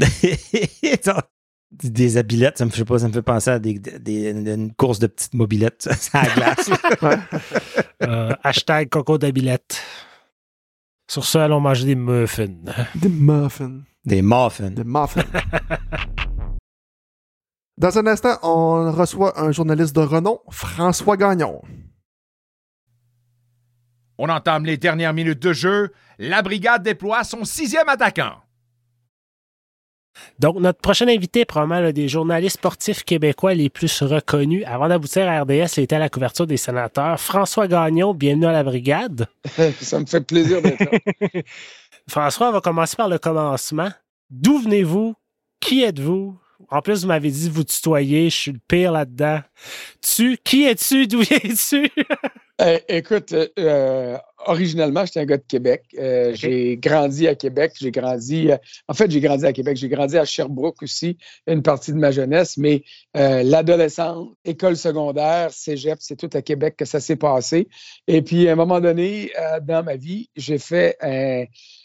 Des habilettes, ça me, je sais pas, ça me fait penser à des, des, une course de petites mobilettes, ça, à la glace. Euh, hashtag concours d'habilettes. Sur ce, allons manger des muffins. Des muffins. Des muffins. Des muffins. Dans un instant, on reçoit un journaliste de renom, François Gagnon. On entame les dernières minutes de jeu. La brigade déploie son sixième attaquant. Donc, notre prochain invité est probablement l'un des journalistes sportifs québécois les plus reconnus. Avant d'aboutir à R D S, il était à la couverture des sénateurs. François Gagnon, bienvenue à la brigade. Ça me fait plaisir d'être là. François, on va commencer par le commencement. D'où venez-vous? Qui êtes-vous? En plus, vous m'avez dit de vous tutoyer. Je suis le pire là-dedans. Tu, qui es-tu? D'où viens-tu? Euh, écoute, euh, originalement, j'étais un gars de Québec. Euh, Okay. J'ai grandi à Québec. J'ai grandi... euh, en fait, j'ai grandi à Québec. J'ai grandi à Sherbrooke aussi, une partie de ma jeunesse. Mais euh, l'adolescence, école secondaire, cégep, c'est tout à Québec que ça s'est passé. Et puis, à un moment donné, euh, dans ma vie, j'ai fait un...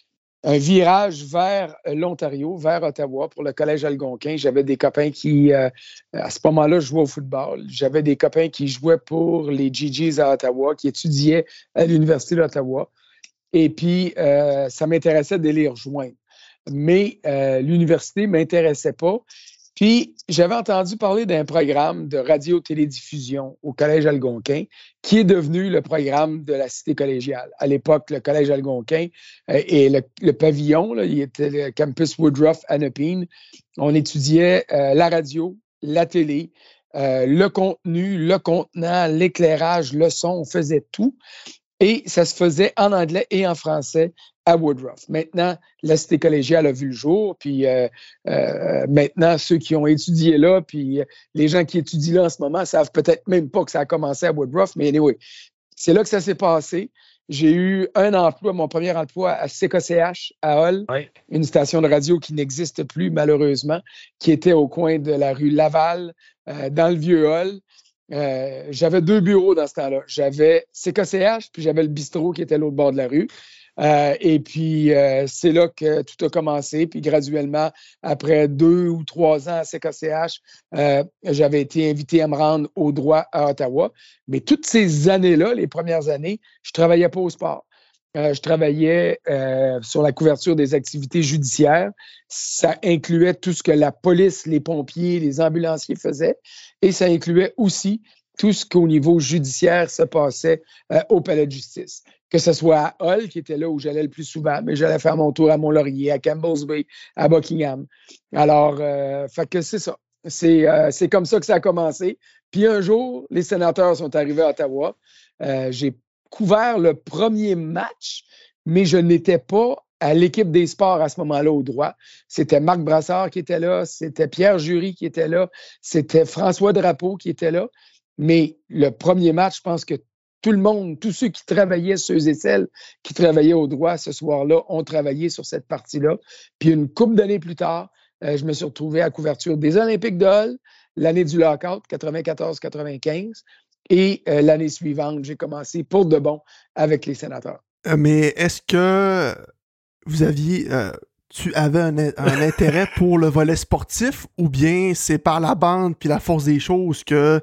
un virage vers l'Ontario, vers Ottawa, pour le Collège Algonquin. J'avais des copains qui, euh, à ce moment-là, jouaient au football. J'avais des copains qui jouaient pour les G Gs à Ottawa, qui étudiaient à l'Université d'Ottawa. Et puis, euh, ça m'intéressait de les rejoindre. Mais euh, l'université ne m'intéressait pas. Puis, j'avais entendu parler d'un programme de radio-télédiffusion au Collège Algonquin qui est devenu le programme de la Cité collégiale. À l'époque, le Collège Algonquin euh, et le, le pavillon, là, il était le campus Woodruff à Nepean. On étudiait euh, la radio, la télé, euh, le contenu, le contenant, l'éclairage, le son, on faisait tout. Et ça se faisait en anglais et en français à Woodruff. Maintenant, la Cité collégiale a vu le jour, puis euh, euh, maintenant, ceux qui ont étudié là, puis euh, les gens qui étudient là en ce moment savent peut-être même pas que ça a commencé à Woodruff, mais anyway, c'est là que ça s'est passé. J'ai eu un emploi, mon premier emploi à C K C H à Hull, Oui. une station de radio qui n'existe plus malheureusement, qui était au coin de la rue Laval, euh, dans le vieux Hull. Euh, j'avais deux bureaux dans ce temps-là. J'avais C K C H, puis j'avais le bistrot qui était à l'autre bord de la rue. Euh, et puis, euh, c'est là que tout a commencé. Puis, graduellement, après deux ou trois ans à C K C H, euh, j'avais été invité à me rendre au droit à Ottawa. Mais toutes ces années-là, les premières années, je ne travaillais pas au sport. Euh, je travaillais euh, sur la couverture des activités judiciaires. Ça incluait tout ce que la police, les pompiers, les ambulanciers faisaient. Et ça incluait aussi tout ce qu'au niveau judiciaire se passait euh, au palais de justice. Que ce soit à Hull, qui était là où j'allais le plus souvent, mais j'allais faire mon tour à Mont-Laurier, à Campbell's Bay, à Buckingham. Alors, euh, fait que c'est ça. C'est, euh, c'est comme ça que ça a commencé. Puis un jour, les sénateurs sont arrivés à Ottawa. Euh, j'ai couvert le premier match, mais je n'étais pas à l'équipe des sports à ce moment-là au droit. C'était Marc Brassard qui était là, c'était Pierre Jury qui était là, c'était François Drapeau qui était là. Mais le premier match, je pense que tout le monde, tous ceux qui travaillaient, ceux et celles qui travaillaient au droit ce soir-là, ont travaillé sur cette partie-là. Puis une couple d'années plus tard, euh, je me suis retrouvé à couverture des Olympiques de Hull, l'année du lockout, quatre-vingt-quatorze quatre-vingt-quinze, et euh, l'année suivante, j'ai commencé pour de bon avec les sénateurs. Euh, mais est-ce que vous aviez... Euh... tu avais un, un intérêt pour le volet sportif ou bien c'est par la bande puis la force des choses que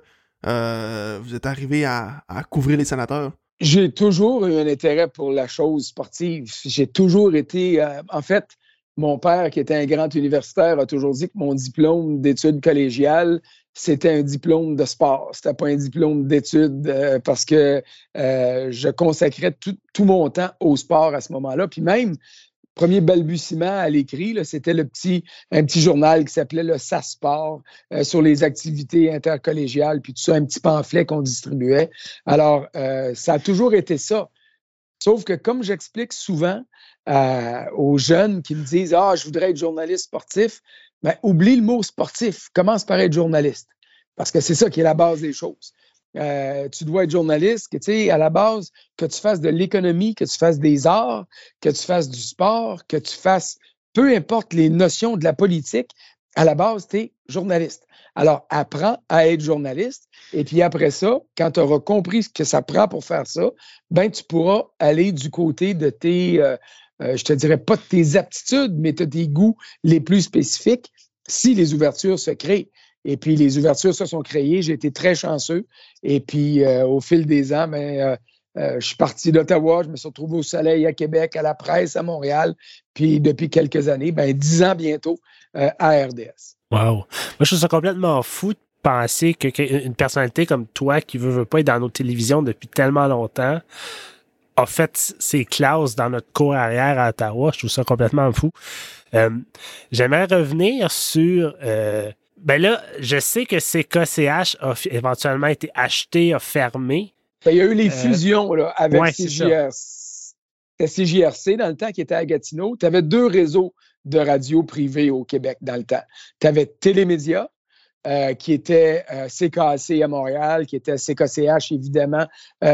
euh, vous êtes arrivé à, à couvrir les sénateurs? J'ai toujours eu un intérêt pour la chose sportive. J'ai toujours été... Euh, en fait, mon père, qui était un grand universitaire, a toujours dit que mon diplôme d'études collégiales, c'était un diplôme de sport. C'était pas un diplôme d'études euh, parce que euh, je consacrais tout, tout mon temps au sport à ce moment-là. Puis même... premier balbutiement à l'écrit, là, c'était le petit, un petit journal qui s'appelait le S A Sport euh, sur les activités intercollégiales, puis tout ça, un petit pamphlet qu'on distribuait. Alors, euh, ça a toujours été ça. Sauf que comme j'explique souvent euh, aux jeunes qui me disent « Ah, je voudrais être journaliste sportif », ben, oublie le mot sportif, commence par être journaliste. Parce que c'est ça qui est la base des choses. Euh, tu dois être journaliste, que, tu sais, à la base, que tu fasses de l'économie, que tu fasses des arts, que tu fasses du sport, que tu fasses, peu importe les notions de la politique, à la base, tu es journaliste. Alors, apprends à être journaliste, et puis après ça, quand tu auras compris ce que ça prend pour faire ça, ben tu pourras aller du côté de tes, euh, euh, je te dirais pas de tes aptitudes, mais de tes goûts les plus spécifiques, si les ouvertures se créent. Et puis, les ouvertures se sont créées. J'ai été très chanceux. Et puis, euh, au fil des ans, ben, euh, euh, je suis parti d'Ottawa. Je me suis retrouvé au Soleil à Québec, à la presse à Montréal. Puis, depuis quelques années, ben, dix ans bientôt, euh, à R D S. Wow. Moi, je trouve ça complètement fou de penser que, qu'une personnalité comme toi, qui veut, veut pas être dans nos télévisions depuis tellement longtemps, a fait ses classes dans notre cour arrière à Ottawa. Je trouve ça complètement fou. Euh, j'aimerais revenir sur... Euh, Ben là, je sais que C K C H a f- éventuellement été acheté, a fermé. Ben, il y a eu les Euh, fusions là, avec ouais, C J R C. C'était C J R C dans le temps qui était à Gatineau. Tu avais deux réseaux de radio privés au Québec dans le temps. Tu avais Télémédia, euh, qui était euh, C K A C à Montréal, qui était C K C H évidemment euh,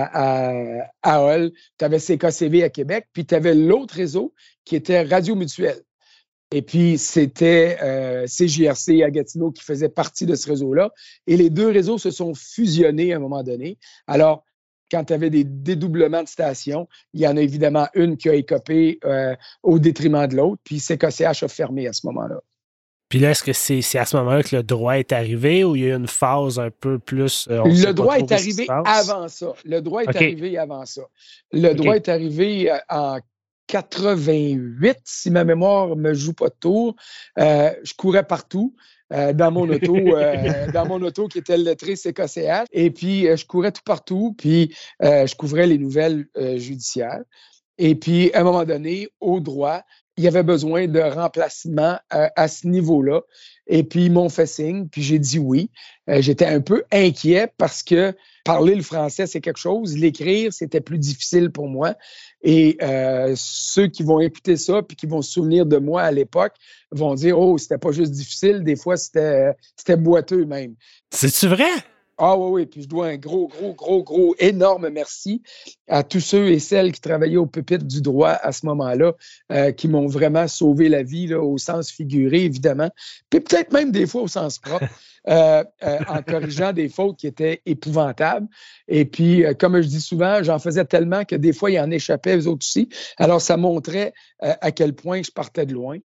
à, à, à Hull. Tu avais C K C V à Québec. Puis tu avais l'autre réseau qui était Radio Mutuelle. Et puis, c'était euh, C J R C à Gatineau qui faisait partie de ce réseau-là. Et les deux réseaux se sont fusionnés à un moment donné. Alors, quand tu avais des dédoublements de stations, il y en a évidemment une qui a écopé euh, au détriment de l'autre. Puis C K C H a fermé à ce moment-là. Puis là, est-ce que c'est, c'est à ce moment-là que le droit est arrivé ou il y a eu une phase un peu plus... Euh, le droit est arrivé avant ça. Le droit est okay. arrivé avant ça. Le okay. droit est arrivé euh, en quatre-vingt-huit, si ma mémoire me joue pas de tour. Euh, je courais partout euh, dans mon auto, euh, dans mon auto qui était le lettré C K C H. Et puis, euh, je courais tout partout, puis euh, je couvrais les nouvelles euh, judiciaires. Et puis, à un moment donné, au droit, il y avait besoin de remplacement euh, à ce niveau-là. Et puis, ils m'ont fait signe, puis j'ai dit oui. Euh, j'étais un peu inquiet parce que parler le français, c'est quelque chose. L'écrire, c'était plus difficile pour moi. Et euh, ceux qui vont écouter ça puis qui vont se souvenir de moi à l'époque vont dire « Oh, c'était pas juste difficile, des fois, c'était, c'était boiteux même. » C'est-tu vrai? Ah oui, oui, puis je dois un gros, gros, gros, gros, énorme merci à tous ceux et celles qui travaillaient au pupitre du droit à ce moment-là, euh, qui m'ont vraiment sauvé la vie, là, au sens figuré, évidemment, puis peut-être même des fois au sens propre, euh, euh, en corrigeant des fautes qui étaient épouvantables. Et puis, euh, comme je dis souvent, j'en faisais tellement que des fois, il en échappait eux autres aussi. Alors, ça montrait euh, à quel point je partais de loin.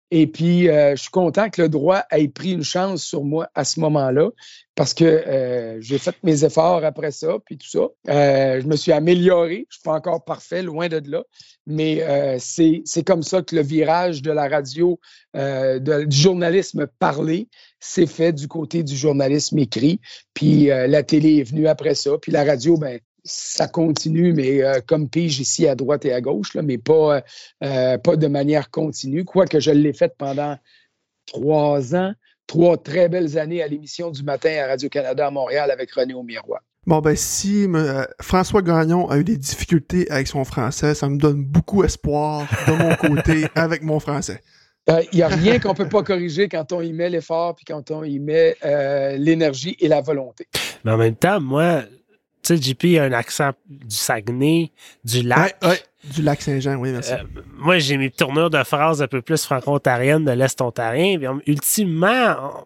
Et puis, euh, je suis content que le droit ait pris une chance sur moi à ce moment-là parce que euh, j'ai fait mes efforts après ça, puis tout ça. Euh, je me suis amélioré. Je suis pas encore parfait, loin de là. Mais euh, c'est, c'est comme ça que le virage de la radio, euh, de, du journalisme parlé, s'est fait du côté du journalisme écrit. Puis euh, la télé est venue après ça. Puis la radio, ben ça continue, mais euh, comme pige ici à droite et à gauche, là, mais pas, euh, pas de manière continue. Quoique je l'ai fait pendant trois ans, trois très belles années à l'émission du matin à Radio-Canada à Montréal avec René Aumirois. Bon, ben, si euh, François Gagnon a eu des difficultés avec son français, ça me donne beaucoup espoir de mon côté avec mon français. Il euh, n'y a rien qu'on ne peut pas corriger quand on y met l'effort puis quand on y met euh, l'énergie et la volonté. Mais en même temps, moi, tu sais, J P a un accent du Saguenay, du lac. Ouais, ouais, du lac Saint-Jean, oui, merci. Euh, moi, j'ai mes tournures de phrases un peu plus franco-ontariennes de l'Est ontarien. Puis, ultimement,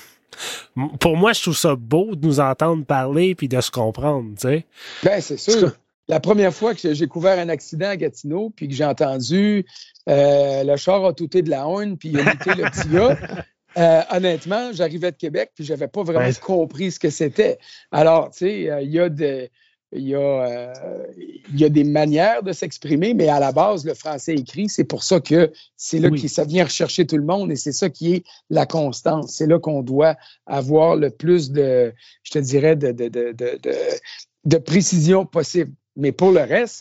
on... pour moi, je trouve ça beau de nous entendre parler puis de se comprendre, tu sais. Ben, c'est sûr. La première fois que j'ai couvert un accident à Gatineau puis que j'ai entendu euh, le char a touté de la horn puis il a muté le petit gars, euh, honnêtement, j'arrivais de Québec puis j'avais pas vraiment ouais. compris ce que c'était. Alors, tu sais, il euh, y a des... Il y, a, euh, il y a des manières de s'exprimer, mais à la base, le français écrit, c'est pour ça que c'est là oui. que ça vient rechercher tout le monde et c'est ça qui est la constance. C'est là qu'on doit avoir le plus de, je te dirais, de, de, de, de, de, de précision possible. Mais pour le reste,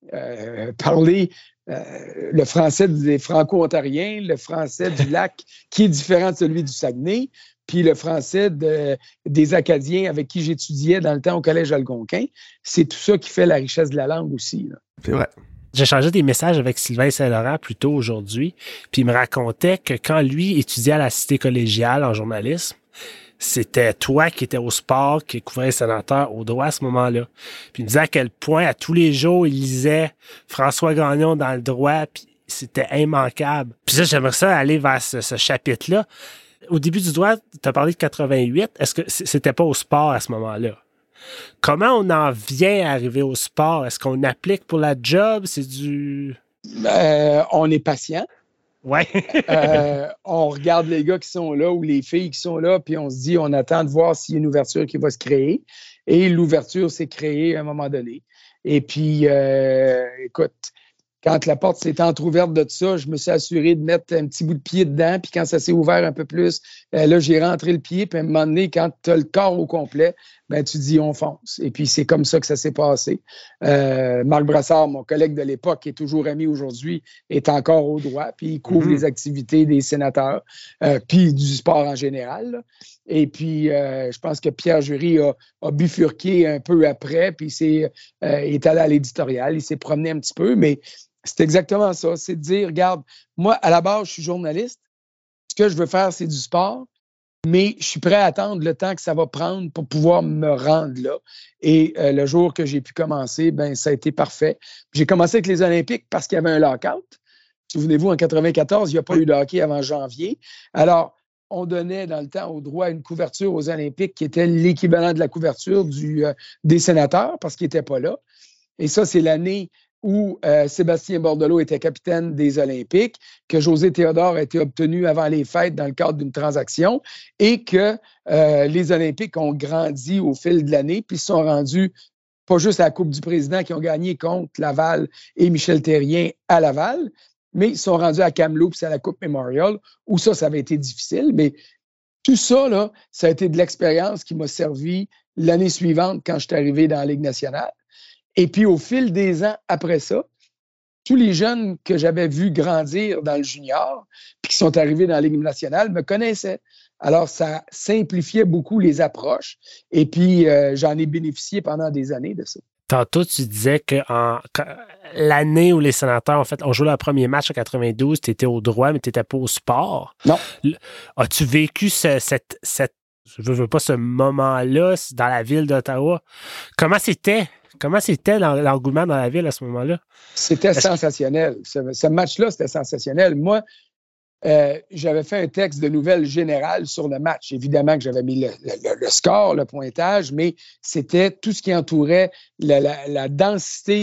euh, parler euh, le français des Franco-Ontariens, le français du lac qui est différent de celui du Saguenay, puis le français de, des Acadiens avec qui j'étudiais dans le temps au Collège Algonquin, c'est tout ça qui fait la richesse de la langue aussi. Là. C'est vrai. J'ai échangé des messages avec Sylvain Saint-Laurent plus tôt aujourd'hui, puis il me racontait que quand lui étudiait à la Cité collégiale en journalisme, c'était toi qui étais au sport, qui couvrait les sénateurs au droit à ce moment-là. Puis il me disait à quel point, à tous les jours, il lisait François Gagnon dans le droit, puis c'était immanquable. Puis ça, j'aimerais ça aller vers ce, ce chapitre-là. Au début du droit, tu as parlé de quatre-vingt-huit. Est-ce que c'était pas au sport à ce moment-là? Comment on en vient à arriver au sport? Est-ce qu'on applique pour la job? C'est du... Euh, on est patient. Ouais. euh, on regarde les gars qui sont là ou les filles qui sont là, puis on se dit, on attend de voir s'il y a une ouverture qui va se créer. Et l'ouverture s'est créée à un moment donné. Et puis, euh, écoute... Quand la porte s'est entrouverte de tout ça, je me suis assuré de mettre un petit bout de pied dedans. Puis quand ça s'est ouvert un peu plus, euh, là, j'ai rentré le pied. Puis à un moment donné, quand tu as le corps au complet, ben tu dis on fonce. Et puis c'est comme ça que ça s'est passé. Euh, Marc Brassard, mon collègue de l'époque, qui est toujours ami aujourd'hui, est encore au droit. Puis il couvre mm-hmm. les activités des sénateurs, euh, puis du sport en général. Là. Et puis euh, je pense que Pierre Jury a, a bifurqué un peu après. Puis c'est, euh, il est allé à l'éditorial. Il s'est promené un petit peu, mais c'est exactement ça. C'est de dire, regarde, moi, à la base, je suis journaliste. Ce que je veux faire, c'est du sport. Mais je suis prêt à attendre le temps que ça va prendre pour pouvoir me rendre là. Et euh, le jour que j'ai pu commencer, ben ça a été parfait. J'ai commencé avec les Olympiques parce qu'il y avait un lockout. Souvenez-vous, en quatre-vingt-quatorze, il n'y a pas eu de hockey avant janvier. Alors, on donnait dans le temps au droit une couverture aux Olympiques qui était l'équivalent de la couverture du, euh, des sénateurs parce qu'ils n'étaient pas là. Et ça, c'est l'année où euh, Sébastien Bordelot était capitaine des Olympiques, que José Théodore a été obtenu avant les fêtes dans le cadre d'une transaction et que euh, les Olympiques ont grandi au fil de l'année puis se sont rendus pas juste à la Coupe du Président qui ont gagné contre Laval et Michel Therrien à Laval, mais ils sont rendus à Kamloops à la Coupe Memorial où ça, ça avait été difficile. Mais tout ça, là, ça a été de l'expérience qui m'a servi l'année suivante quand je suis arrivé dans la Ligue nationale. Et puis, au fil des ans après ça, tous les jeunes que j'avais vus grandir dans le junior puis qui sont arrivés dans la Ligue nationale me connaissaient. Alors, ça simplifiait beaucoup les approches. Et puis, euh, j'en ai bénéficié pendant des années de ça. Tantôt, tu disais que en, l'année où les sénateurs en fait, ont joué leur premier match en quatre-vingt-douze, tu étais au droit, mais tu n'étais pas au sport. Non. As-tu vécu ce, cette, cette, je veux, veux pas ce moment-là dans la ville d'Ottawa? Comment c'était? Comment c'était l'engouement dans la ville à ce moment-là? C'était Est-ce... sensationnel. Ce, ce match-là, c'était sensationnel. Moi, euh, j'avais fait un texte de nouvelles générales sur le match. Évidemment que j'avais mis le, le, le score, le pointage, mais c'était tout ce qui entourait la, la, la densité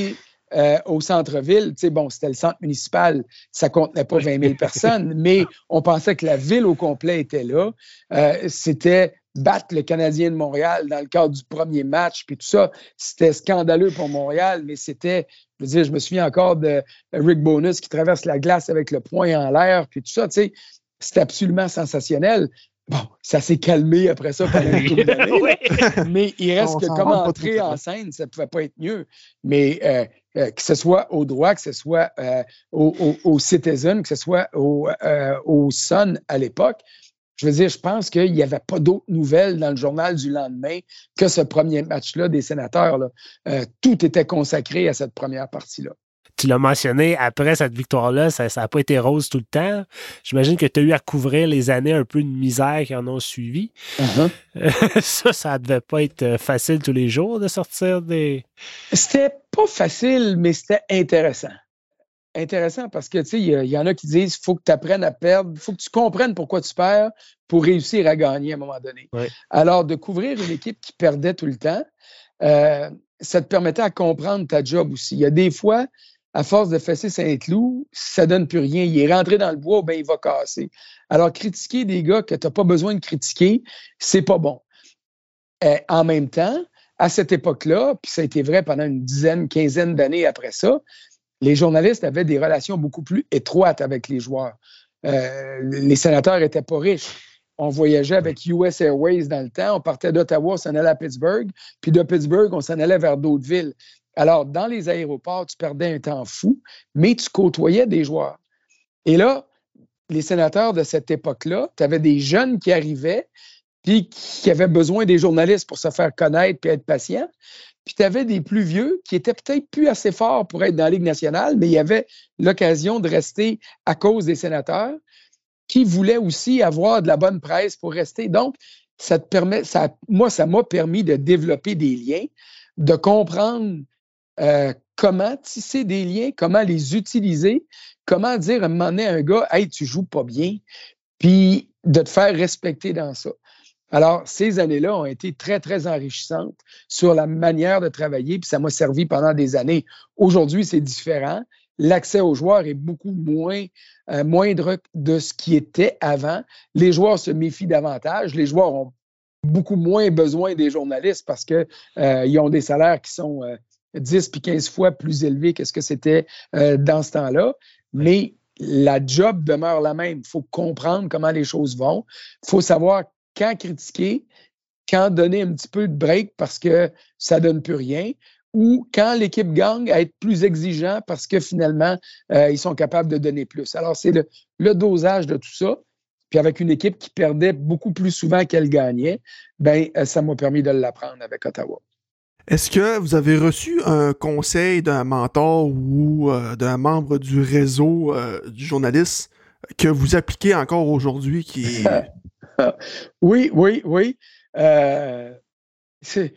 euh, au centre-ville. Tu sais, bon, c'était le centre municipal, ça contenait pas vingt mille personnes, mais on pensait que la ville au complet était là. Euh, c'était battre le Canadien de Montréal dans le cadre du premier match, puis tout ça. C'était scandaleux pour Montréal, mais c'était, je veux dire, je me souviens encore de Rick Bonus qui traverse la glace avec le poing en l'air, puis tout ça, tu sais, c'était absolument sensationnel. Bon, ça s'est calmé après ça pendant une couple d'années, oui. Mais il reste on que comme entrer en scène, ça ne pouvait pas être mieux. Mais euh, euh, que ce soit au droit, que ce soit euh, au, au, au Citizen, que ce soit au, euh, au Sun à l'époque, je veux dire, je pense qu'il n'y avait pas d'autres nouvelles dans le journal du lendemain que ce premier match-là des Sénateurs. Là. Euh, tout était consacré à cette première partie-là. Tu l'as mentionné, après cette victoire-là, ça n'a pas été rose tout le temps. J'imagine que tu as eu à couvrir les années un peu de misère qui en ont suivi. Uh-huh. ça, ça ne devait pas être facile tous les jours de sortir des... C'était pas facile, mais c'était intéressant. Intéressant parce que, tu sais, il y, y en a qui disent qu'il faut que tu apprennes à perdre, il faut que tu comprennes pourquoi tu perds pour réussir à gagner à un moment donné. Oui. Alors, de couvrir une équipe qui perdait tout le temps, euh, ça te permettait à comprendre ta job aussi. Il y a des fois... à force de fesser Saint-Cloud, ça donne plus rien. Il est rentré dans le bois, ben il va casser. Alors, critiquer des gars que tu n'as pas besoin de critiquer, c'est pas bon. Euh, en même temps, à cette époque-là, puis ça a été vrai pendant une dizaine, quinzaine d'années après ça, les journalistes avaient des relations beaucoup plus étroites avec les joueurs. Euh, les Sénateurs n'étaient pas riches. On voyageait avec U S Airways dans le temps. On partait d'Ottawa, on s'en allait à Pittsburgh. Puis de Pittsburgh, on s'en allait vers d'autres villes. Alors, dans les aéroports, tu perdais un temps fou, mais tu côtoyais des joueurs. Et là, les Sénateurs de cette époque-là, tu avais des jeunes qui arrivaient puis qui avaient besoin des journalistes pour se faire connaître puis être patients. Puis tu avais des plus vieux qui étaient peut-être plus assez forts pour être dans la Ligue nationale, mais il y avait l'occasion de rester à cause des Sénateurs qui voulaient aussi avoir de la bonne presse pour rester. Donc, ça te permet, ça, moi, ça m'a permis de développer des liens, de comprendre Euh, comment tisser des liens, comment les utiliser, comment dire à un moment donné à un gars « Hey, tu joues pas bien », puis de te faire respecter dans ça. Alors, ces années-là ont été très, très enrichissantes sur la manière de travailler, puis ça m'a servi pendant des années. Aujourd'hui, c'est différent. L'accès aux joueurs est beaucoup moins euh, moindre de ce qui était avant. Les joueurs se méfient davantage. Les joueurs ont beaucoup moins besoin des journalistes parce qu'ils euh, ont des salaires qui sont... Euh, dix puis quinze fois plus élevé que ce que c'était euh, dans ce temps-là. Mais la job demeure la même. Il faut comprendre comment les choses vont. Il faut savoir quand critiquer, quand donner un petit peu de break parce que ça ne donne plus rien, ou quand l'équipe gagne, à être plus exigeant parce que finalement, euh, ils sont capables de donner plus. Alors, c'est le, le dosage de tout ça. Puis avec une équipe qui perdait beaucoup plus souvent qu'elle gagnait, ben, euh, ça m'a permis de l'apprendre avec Ottawa. Est-ce que vous avez reçu un conseil d'un mentor ou euh, d'un membre du réseau euh, du journaliste que vous appliquez encore aujourd'hui? Qui est... oui, oui, oui. Euh, c'est,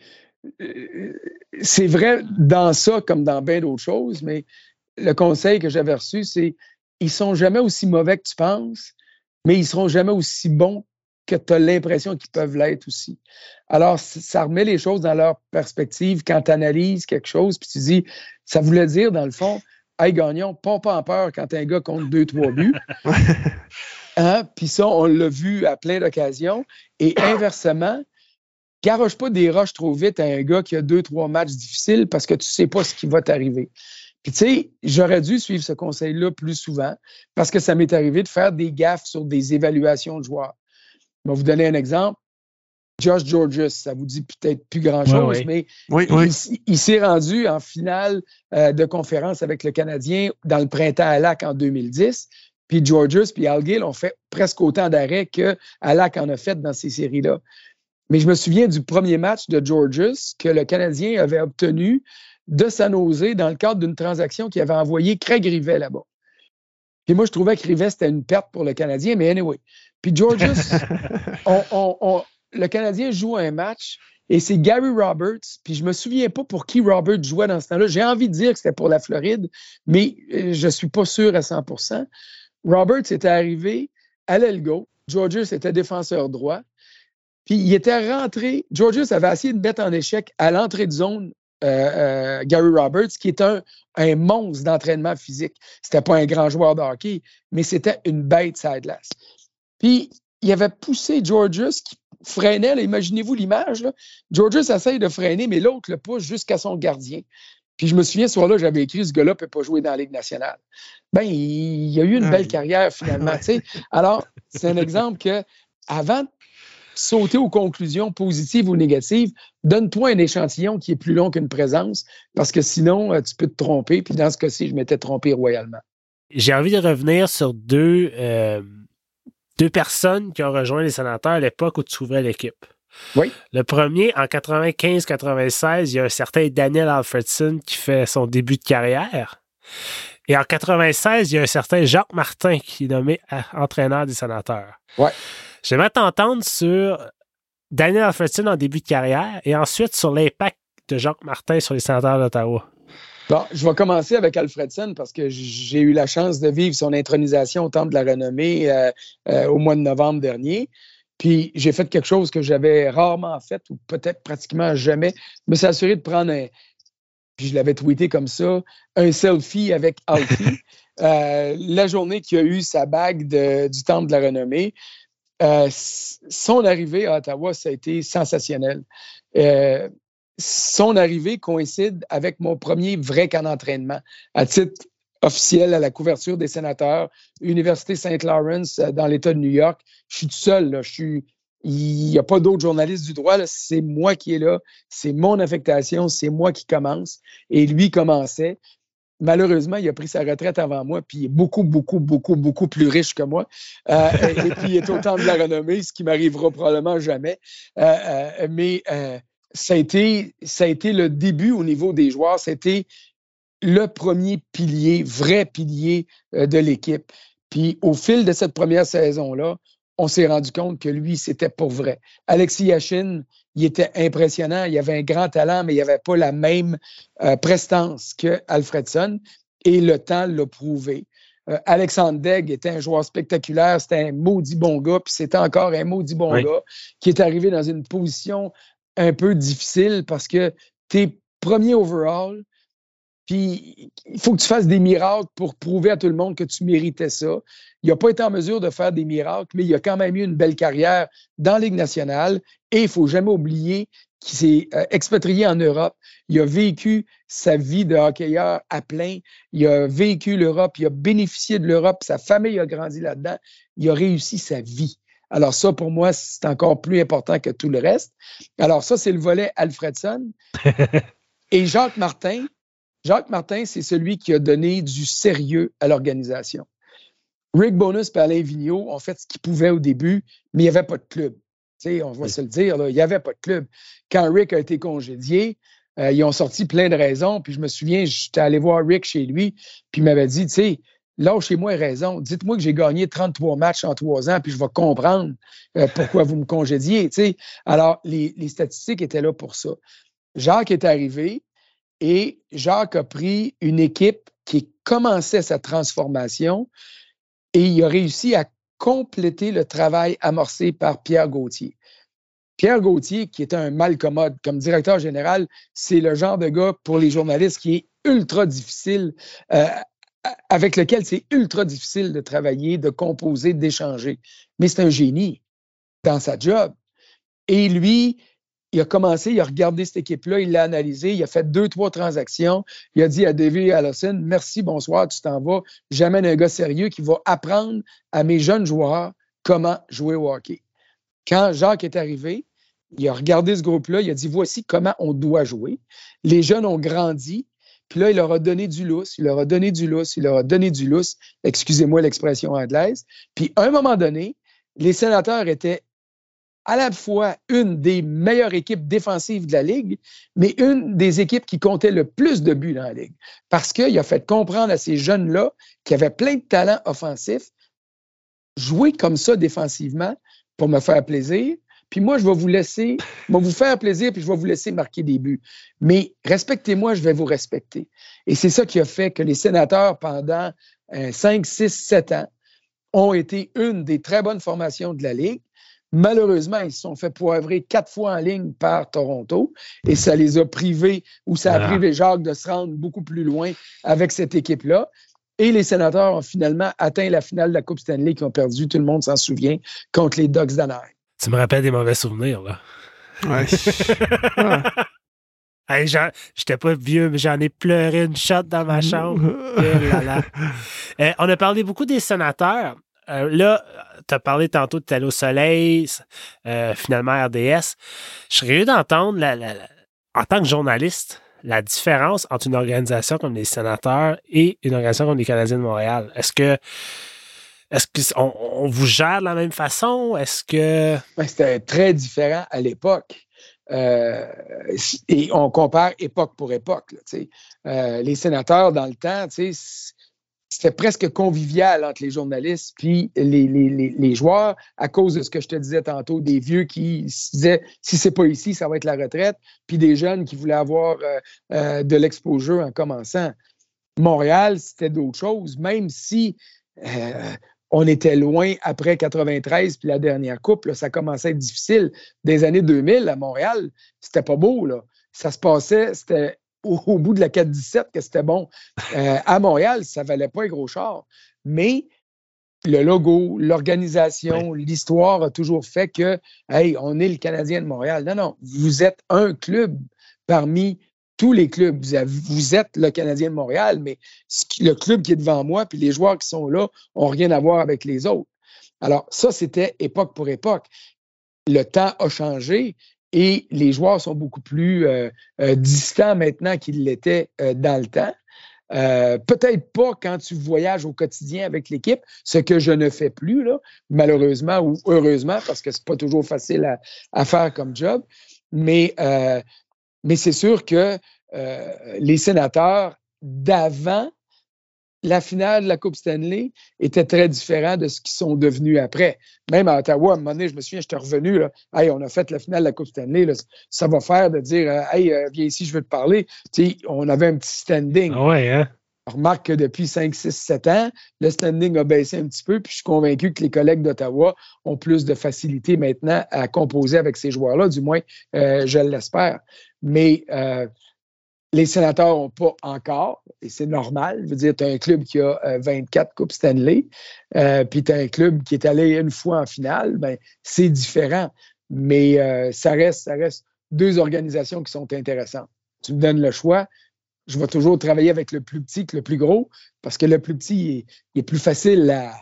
c'est vrai dans ça comme dans bien d'autres choses, mais le conseil que j'avais reçu, c'est ils sont jamais aussi mauvais que tu penses, mais ils seront jamais aussi bons que tu as l'impression qu'ils peuvent l'être aussi. Alors, ça remet les choses dans leur perspective quand tu analyses quelque chose, puis tu dis, ça voulait dire, dans le fond, « Hey, Gagnon, pas en peur quand un gars compte deux, trois buts. » Hein? Puis ça, on l'a vu à plein d'occasions. Et inversement, garoche pas des roches trop vite à un gars qui a deux, trois matchs difficiles parce que tu sais pas ce qui va t'arriver. Puis tu sais, j'aurais dû suivre ce conseil-là plus souvent parce que ça m'est arrivé de faire des gaffes sur des évaluations de joueurs. Je vais vous donner un exemple. Josh Georges, ça vous dit peut-être plus grand-chose, oui, oui. mais oui, il, oui. il, il s'est rendu en finale euh, de conférence avec le Canadien dans le printemps à Lac en deux mille dix. Puis Georges puis Al Gill ont fait presque autant d'arrêts que Lac en a fait dans ces séries-là. Mais je me souviens du premier match de Georges que le Canadien avait obtenu de San Jose dans le cadre d'une transaction qu'il avait envoyé Craig Rivet là-bas. Puis moi, je trouvais que Rivet, c'était une perte pour le Canadien, mais anyway. Puis Georges, on, on, on, le Canadien joue un match et c'est Gary Roberts, puis je me souviens pas pour qui Roberts jouait dans ce temps-là. J'ai envie de dire que c'était pour la Floride, mais je suis pas sûr à cent pour cent. Roberts était arrivé à l'aile gauche. Georges était défenseur droit. Puis il était rentré. Georges avait essayé de mettre en échec à l'entrée de zone euh, euh, Gary Roberts, qui est un, un monstre d'entraînement physique. C'était pas un grand joueur de hockey, mais c'était une bête sur la glace. Puis, il avait poussé Georges qui freinait. Là, imaginez-vous l'image. Là. Georges essaye de freiner, mais l'autre le pousse jusqu'à son gardien. Puis je me souviens, ce soir-là, j'avais écrit « Ce gars-là ne peut pas jouer dans la Ligue nationale ». Ben, il, il a eu une belle carrière, finalement. Alors, c'est un exemple que avant de sauter aux conclusions positives ou négatives, donne-toi un échantillon qui est plus long qu'une présence, parce que sinon, tu peux te tromper. Puis dans ce cas-ci, je m'étais trompé royalement. J'ai envie de revenir sur deux... Euh... Deux personnes qui ont rejoint les Sénateurs à l'époque où tu ouvrais l'équipe. Oui. Le premier, en quatre-vingt-quinze quatre-vingt-seize, il y a un certain Daniel Alfredson qui fait son début de carrière. Et en quatre-vingt-seize, il y a un certain Jacques Martin qui est nommé entraîneur des Sénateurs. Ouais. J'aimerais t'entendre sur Daniel Alfredson en début de carrière et ensuite sur l'impact de Jacques Martin sur les Sénateurs d'Ottawa. Bon, je vais commencer avec Alfredson parce que j'ai eu la chance de vivre son intronisation au Temple de la Renommée euh, euh, au mois de novembre dernier. Puis j'ai fait quelque chose que j'avais rarement fait ou peut-être pratiquement jamais. Je me suis assuré de prendre un, puis je l'avais tweeté comme ça, un selfie avec Alfie. euh, la journée qu'il a eu sa bague de, du Temple de la Renommée. Euh, son arrivée à Ottawa, ça a été sensationnel. Euh, Son arrivée coïncide avec mon premier vrai camp d'entraînement à titre officiel à la couverture des Sénateurs, Université Saint-Lawrence dans l'État de New York. Je suis tout seul, là. Je suis... il n'y a pas d'autres journalistes du droit. Là. C'est moi qui est là. C'est mon affectation. C'est moi qui commence. Et lui commençait. Malheureusement, il a pris sa retraite avant moi, puis il est beaucoup, beaucoup, beaucoup, beaucoup plus riche que moi. Euh, et puis, il est au Temple de la Renommée, ce qui m'arrivera probablement jamais. Euh, euh, mais... Euh, Ça a, été, ça a été le début au niveau des joueurs. C'était le premier pilier, vrai pilier euh, de l'équipe. Puis au fil de cette première saison-là, on s'est rendu compte que lui, c'était pour vrai. Alexis Yashin, il était impressionnant. Il avait un grand talent, mais il n'avait pas la même euh, prestance que Alfredson. Et le temps l'a prouvé. Euh, Alexandre Daigle était un joueur spectaculaire. C'était un maudit bon gars. Puis c'était encore un maudit bon oui. gars qui est arrivé dans une position un peu difficile parce que tu es premier overall, puis il faut que tu fasses des miracles pour prouver à tout le monde que tu méritais ça. Il n'a pas été en mesure de faire des miracles, mais il a quand même eu une belle carrière dans la Ligue nationale et il ne faut jamais oublier qu'il s'est euh, expatrié en Europe. Il a vécu sa vie de hockeyeur à plein. Il a vécu l'Europe, il a bénéficié de l'Europe, sa famille a grandi là-dedans. Il a réussi sa vie. Alors ça, pour moi, c'est encore plus important que tout le reste. Alors ça, c'est le volet Alfredson. Et Jacques Martin, Jacques Martin, c'est celui qui a donné du sérieux à l'organisation. Rick Bowness et Alain Vigneault ont fait ce qu'ils pouvaient au début, mais il n'y avait pas de club. T'sais, on va oui. se le dire, là, il n'y avait pas de club. Quand Rick a été congédié, euh, ils ont sorti plein de raisons. Puis je me souviens, j'étais allé voir Rick chez lui, puis il m'avait dit, tu sais, lâchez-moi raison. Dites-moi que j'ai gagné trente-trois matchs en trois ans, puis je vais comprendre euh, pourquoi vous me congédiez. T'sais. Alors, les, les statistiques étaient là pour ça. Jacques est arrivé et Jacques a pris une équipe qui commençait sa transformation et il a réussi à compléter le travail amorcé par Pierre Gauthier. Pierre Gauthier, qui était un malcommode, comme directeur général, c'est le genre de gars pour les journalistes qui est ultra difficile euh, avec lequel c'est ultra difficile de travailler, de composer, d'échanger. Mais c'est un génie dans sa job. Et lui, il a commencé, il a regardé cette équipe-là, il l'a analysée, il a fait deux, trois transactions. Il a dit à David Allison, merci, bonsoir, tu t'en vas. J'amène un gars sérieux qui va apprendre à mes jeunes joueurs comment jouer au hockey. Quand Jacques est arrivé, il a regardé ce groupe-là, il a dit, voici comment on doit jouer. Les jeunes ont grandi. Puis là, il leur a donné du lousse, il leur a donné du lousse, il leur a donné du lousse, excusez-moi l'expression anglaise. Puis à un moment donné, les Sénateurs étaient à la fois une des meilleures équipes défensives de la Ligue, mais une des équipes qui comptait le plus de buts dans la Ligue. Parce qu'il a fait comprendre à ces jeunes-là qui avaient plein de talents offensifs, jouer comme ça défensivement pour me faire plaisir. Puis moi, je vais vous laisser, je vais vous faire plaisir, puis je vais vous laisser marquer des buts. Mais respectez-moi, je vais vous respecter. Et c'est ça qui a fait que les Sénateurs, pendant euh, cinq, six, sept ans, ont été une des très bonnes formations de la Ligue. Malheureusement, ils se sont fait poivrer quatre fois en ligne par Toronto et ça les a privés, ou ça a Ah. privé Jacques de se rendre beaucoup plus loin avec cette équipe-là. Et les Sénateurs ont finalement atteint la finale de la Coupe Stanley qui ont perdu, tout le monde s'en souvient, contre les Ducks d'Anaheim. Tu me rappelles des mauvais souvenirs, là. Ouais. Ah. Hey, j'en- j'étais pas vieux, mais j'en ai pleuré une shot dans ma chambre. Eh là là. Euh, on a parlé beaucoup des sénateurs. Euh, là, tu as parlé tantôt de T'allais au soleil, euh, finalement R D S. Je serais curieux d'entendre, la, la- la- en tant que journaliste, la différence entre une organisation comme les sénateurs et une organisation comme les Canadiens de Montréal. Est-ce que est-ce qu'on on vous gère de la même façon? Est-ce que... Ben, c'était très différent à l'époque. Euh, et on compare époque pour époque. Là, tu sais. Euh, les sénateurs, dans le temps, tu sais, c'était presque convivial entre les journalistes puis les, les, les, les joueurs, à cause de ce que je te disais tantôt, des vieux qui se disaient « si c'est pas ici, ça va être la retraite », puis des jeunes qui voulaient avoir euh, euh, de l'exposure en commençant. Montréal, c'était d'autres choses, même si euh, on était loin après quatre-vingt-treize puis la dernière coupe, là, ça commençait à être difficile. Des années deux mille, à Montréal, c'était pas beau, là. Ça se passait, c'était au, au bout de la quatre dix-sept que c'était bon. Euh, à Montréal, ça valait pas un gros char. Mais le logo, l'organisation, oui. l'histoire a toujours fait que, hey, on est le Canadien de Montréal. Non, non, vous êtes un club parmi tous les clubs. Vous, avez, vous êtes le Canadien de Montréal, mais le club qui est devant moi puis les joueurs qui sont là n'ont rien à voir avec les autres. Alors, ça, c'était époque pour époque. Le temps a changé et les joueurs sont beaucoup plus euh, euh, distants maintenant qu'ils l'étaient euh, dans le temps. Euh, peut-être pas quand tu voyages au quotidien avec l'équipe, ce que je ne fais plus, là, malheureusement ou heureusement, parce que c'est pas toujours facile à, à faire comme job. Mais, euh, mais c'est sûr que euh, les sénateurs d'avant la finale de la Coupe Stanley était très différent de ce qu'ils sont devenus après. Même à Ottawa, à un moment donné, je me souviens, j'étais revenu, là, hey, on a fait la finale de la Coupe Stanley, là, ça va faire de dire, hey, euh, viens ici, je veux te parler. Tu sais, on avait un petit standing. Ah ouais, hein? On remarque que depuis cinq, six, sept ans, le standing a baissé un petit peu, puis je suis convaincu que les collègues d'Ottawa ont plus de facilité maintenant à composer avec ces joueurs-là, du moins, euh, je l'espère. Mais euh, les sénateurs n'ont pas encore, et c'est normal. Je veux dire, tu as un club qui a euh, vingt-quatre Coupes Stanley, euh, puis tu as un club qui est allé une fois en finale, ben, c'est différent. Mais euh, ça reste, ça reste deux organisations qui sont intéressantes. Tu me donnes le choix, je vais toujours travailler avec le plus petit que le plus gros, parce que le plus petit, il est, il est plus facile à,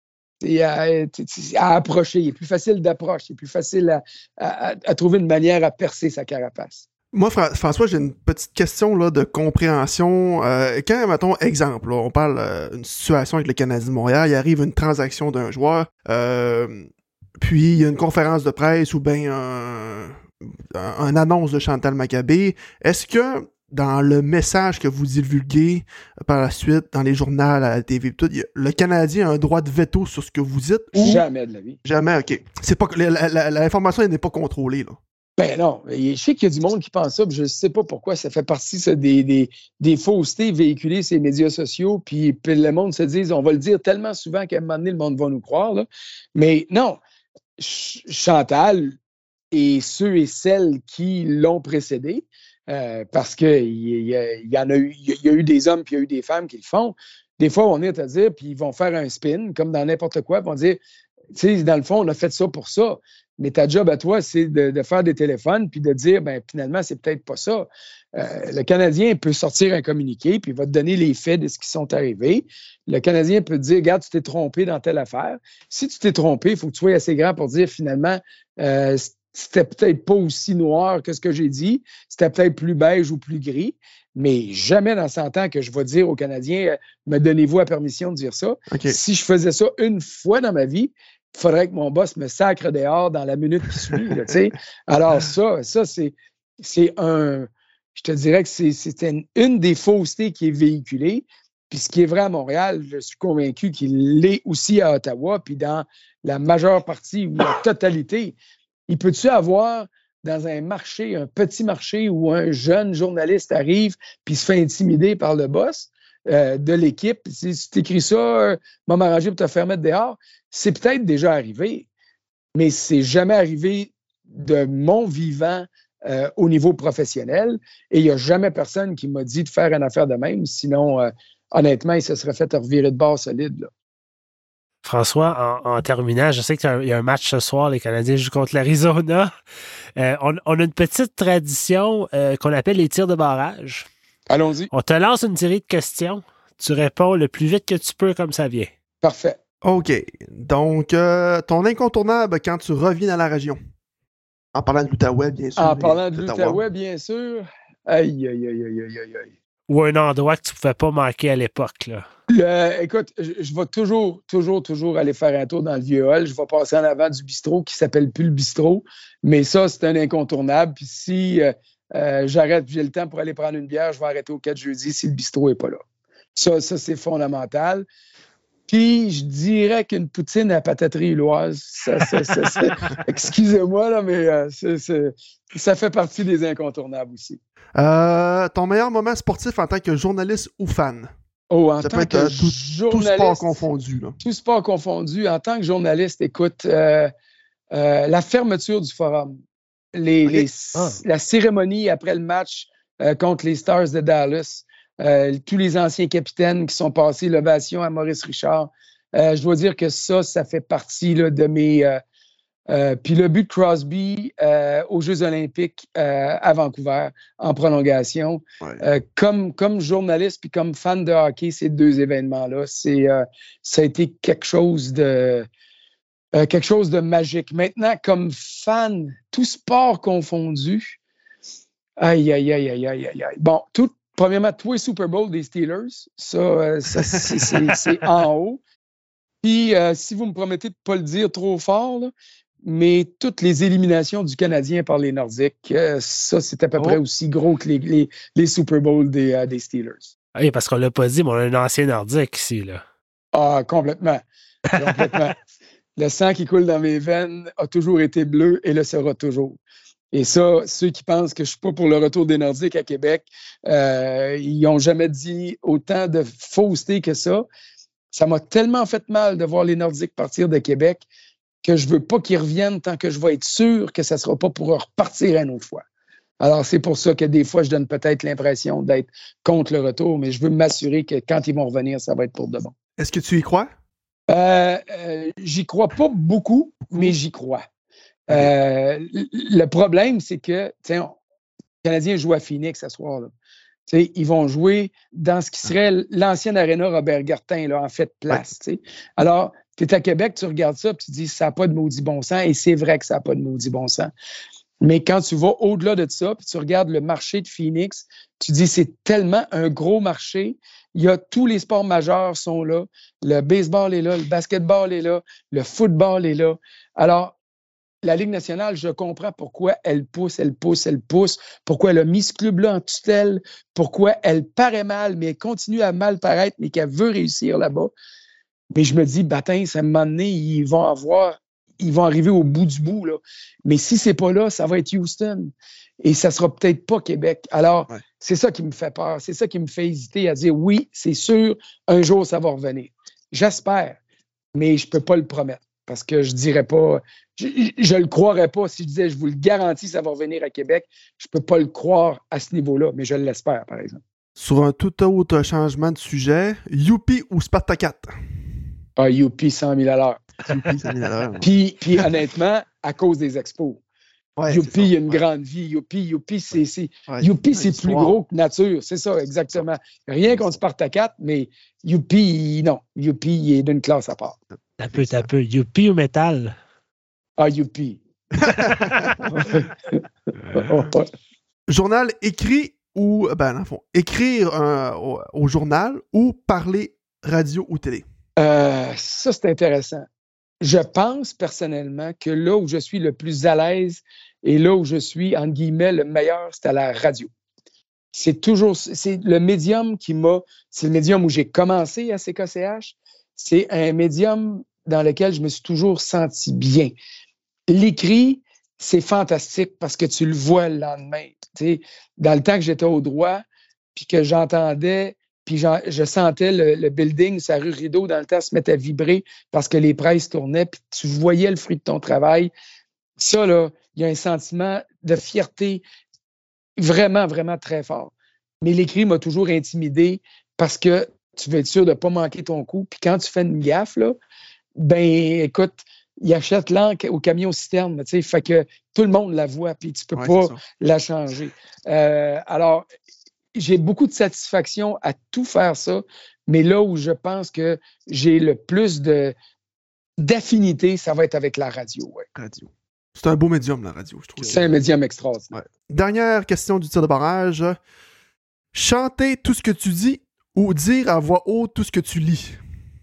à, à approcher, il est plus facile d'approche, il est plus facile à, à, à trouver une manière à percer sa carapace. Moi, François, j'ai une petite question là, de compréhension. Euh, quand, mettons, exemple, là, on parle d'une euh, situation avec le Canadien de Montréal, il arrive une transaction d'un joueur, euh, puis il y a une conférence de presse ou bien un, un, un annonce de Chantal Maccabé. Est-ce que dans le message que vous divulguez par la suite, dans les journaux, à la T V, tout, le Canadien a un droit de veto sur ce que vous dites? Ou... Jamais de la vie. Jamais, OK. C'est pas, la, la, l'information n'est pas contrôlée, là. Ben non, je sais qu'il y a du monde qui pense ça, puis je ne sais pas pourquoi ça fait partie ça, des, des, des faussetés véhiculées sur les médias sociaux, puis, puis le monde se dit, on va le dire tellement souvent qu'à un moment donné, le monde va nous croire. Là. Mais non, Ch- Chantal et ceux et celles qui l'ont précédé, euh, parce qu'il y, y, y en a eu, il y a eu des hommes puis il y a eu des femmes qui le font. Des fois, on est à dire, puis ils vont faire un spin, comme dans n'importe quoi, puis on va dire, tu sais, dans le fond, on a fait ça pour ça. Mais ta job à toi, c'est de, de faire des téléphones puis de dire, ben finalement, c'est peut-être pas ça. Euh, le Canadien peut sortir un communiqué puis il va te donner les faits de ce qui sont arrivés. Le Canadien peut te dire, regarde, tu t'es trompé dans telle affaire. Si tu t'es trompé, il faut que tu sois assez grand pour dire, finalement, euh, c'était peut-être pas aussi noir que ce que j'ai dit. C'était peut-être plus beige ou plus gris. Mais jamais dans cent ans que je vais dire aux Canadiens, me donnez-vous la permission de dire ça. Okay. Si je faisais ça une fois dans ma vie, il faudrait que mon boss me sacre dehors dans la minute qui suit. Là, alors ça, ça c'est, c'est un... Je te dirais que c'est, c'est une, une des faussetés qui est véhiculée. Puis ce qui est vrai à Montréal, je suis convaincu qu'il l'est aussi à Ottawa, puis dans la majeure partie ou la totalité. Il peut-tu avoir dans un marché, un petit marché où un jeune journaliste arrive puis se fait intimider par le boss euh, de l'équipe, si tu écris ça, euh, m'a m'arranger pour te faire mettre dehors, c'est peut-être déjà arrivé. mais c'est jamais arrivé de mon vivant euh, au niveau professionnel. Et il n'y a jamais personne qui m'a dit de faire une affaire de même. Sinon, euh, honnêtement, il se serait fait revirer de bord solide, là. François, en, en terminant, je sais qu'il y a un match ce soir, les Canadiens jouent contre l'Arizona. Euh, on, on a une petite tradition euh, qu'on appelle les tirs de barrage. Allons-y. On te lance une série de questions. Tu réponds le plus vite que tu peux comme ça vient. Parfait. OK. Donc, euh, ton incontournable quand tu reviens dans la région. En parlant de l'Outaouais, bien sûr. En parlant de l'Outaouais, bien sûr. Aïe, aïe, aïe, aïe, aïe, aïe. Ou un endroit que tu ne pouvais pas manquer à l'époque, là. Le, écoute, je, je vais toujours, toujours, toujours aller faire un tour dans le vieux hall. Je vais passer en avant du bistrot qui s'appelle plus le bistrot. Mais ça, c'est un incontournable. Puis si euh, euh, j'arrête, j'ai le temps pour aller prendre une bière, je vais arrêter au quatre jeudi si le bistrot n'est pas là. Ça, ça, c'est fondamental. Puis, je dirais qu'une poutine à pataterie loise, ça, ça, ça, ça excusez-moi, là, mais euh, c'est, c'est, ça fait partie des incontournables aussi. Euh, ton meilleur moment sportif en tant que journaliste ou fan? Oh, en ça tant peut être que tout, journaliste... tout sport confondu. Là. Tout sport confondu. En tant que journaliste, écoute, euh, euh, la fermeture du forum, les, okay. les, ah. la cérémonie après le match euh, contre les Stars de Dallas, Euh, tous les anciens capitaines qui sont passés, l'ovation à Maurice Richard. Euh, je dois dire que ça, ça fait partie là, de mes... Euh, euh, puis le but de Crosby euh, aux Jeux olympiques euh, à Vancouver, en prolongation. Ouais. Euh, comme, comme journaliste puis comme fan de hockey, ces deux événements-là, c'est, euh, ça a été quelque chose de... Euh, quelque chose de magique. Maintenant, comme fan, tout sport confondu, aïe, aïe, aïe, aïe, aïe, aïe. Bon, tout Premièrement, tous les Super Bowl des Steelers, ça, euh, ça c'est, c'est, c'est en haut. Puis, euh, si vous me promettez de ne pas le dire trop fort, là, mais toutes les éliminations du Canadien par les Nordiques, euh, ça, c'est à peu oh. près aussi gros que les, les, les Super Bowl des, euh, des Steelers. Oui, parce qu'on ne l'a pas dit, mais on a un ancien Nordique ici, là. Ah, complètement. Complètement. Le sang qui coule dans mes veines a toujours été bleu et le sera toujours. Et ça, ceux qui pensent que je ne suis pas pour le retour des Nordiques à Québec, euh, ils n'ont jamais dit autant de fausseté que ça. Ça m'a tellement fait mal de voir les Nordiques partir de Québec que je ne veux pas qu'ils reviennent tant que je vais être sûr que ça ne sera pas pour repartir une autre fois. Alors, c'est pour ça que des fois, je donne peut-être l'impression d'être contre le retour, mais je veux m'assurer que quand ils vont revenir, ça va être pour de bon. Est-ce que tu y crois? Euh, euh, j'y crois pas beaucoup, mais j'y crois. Euh, le problème, c'est que les Canadiens jouent à Phoenix ce soir-là. T'sais, ils vont jouer dans ce qui serait l'ancienne aréna Robert Gartin, là, en fait, place. Ouais. Alors, tu es à Québec, tu regardes ça, puis tu dis, ça n'a pas de maudit bon sens, et c'est vrai que ça n'a pas de maudit bon sens. Mais quand tu vas au-delà de ça, puis tu regardes le marché de Phoenix, tu dis, c'est tellement un gros marché. Il y a tous les sports majeurs sont là. Le baseball est là, le basketball est là, le football est là. Alors, la Ligue nationale, je comprends pourquoi elle pousse, elle pousse, elle pousse, pourquoi elle a mis ce club-là en tutelle, pourquoi elle paraît mal, mais elle continue à mal paraître, mais qu'elle veut réussir là-bas. Mais je me dis, bâtin, ça m'a donné, ils vont avoir, ils vont arriver au bout du bout, là. Mais si c'est pas là, ça va être Houston. Et ça sera peut-être pas Québec. Alors, ouais. c'est ça qui me fait peur. C'est ça qui me fait hésiter à dire, oui, c'est sûr, un jour, ça va revenir. J'espère, mais je peux pas le promettre. Parce que je dirais pas, je, je le croirais pas si je disais, je vous le garantis, ça va revenir à Québec. Je peux pas le croire à ce niveau-là, mais je l'espère, par exemple. Sur un tout autre changement de sujet, Youpi ou Spartacat? Ah, Youpi, cent mille à l'heure. Youpi, cent mille à l'heure. Puis, puis honnêtement, à cause des expos. Ouais, Youpi, il y a une ouais. grande vie. Youpi, Youpi, c'est, c'est, ouais, Youpi, c'est plus gros que nature. C'est ça, exactement. Rien contre Spartacat, mais Youpi, non. Youpi, il est d'une classe à part. T'as peu, t'as peu. Youpi ou métal? Ah, Youpi. Journal écrit ou, ben, dans le fond, écrire un, au, au journal ou parler radio ou télé? Euh, ça, c'est intéressant. Je pense personnellement que là où je suis le plus à l'aise et là où je suis, entre guillemets, le meilleur, c'est à la radio. C'est toujours, c'est le médium qui m'a, c'est le médium où j'ai commencé à C K C H. C'est un médium dans lequel je me suis toujours senti bien. L'écrit, c'est fantastique parce que tu le vois le lendemain. Tu sais, dans le temps que j'étais au droit, puis que j'entendais puis je sentais le, le building, sa rue Rideau, dans le temps, se mettre à vibrer parce que les presses tournaient, puis tu voyais le fruit de ton travail. Ça, là, il y a un sentiment de fierté vraiment, vraiment très fort. Mais l'écrit m'a toujours intimidé parce que tu veux être sûr de ne pas manquer ton coup. Puis quand tu fais une gaffe, là, ben écoute, il achète l'encre au camion citerne, tu sais, fait que tout le monde la voit, puis tu peux ouais, pas la changer. Euh, alors, j'ai beaucoup de satisfaction à tout faire ça, mais là où je pense que j'ai le plus de d'affinité, ça va être avec la radio. Ouais. Radio. C'est un beau médium, la radio, je trouve. C'est un médium extraordinaire. Ouais. Dernière question du tir de barrage. Chanter tout ce que tu dis ou dire à voix haute tout ce que tu lis?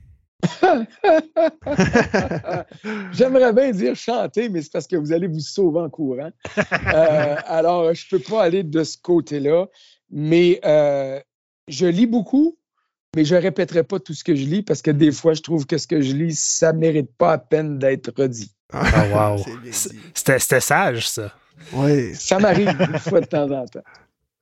J'aimerais bien dire chanter, mais c'est parce que vous allez vous sauver en courant. Euh, alors, je ne peux pas aller de ce côté-là, mais euh, je lis beaucoup, mais je ne répéterai pas tout ce que je lis parce que des fois, je trouve que ce que je lis, ça ne mérite pas à peine d'être redit. Oh, wow. C'était, c'était sage, ça. Oui. Ça m'arrive une fois de temps en temps.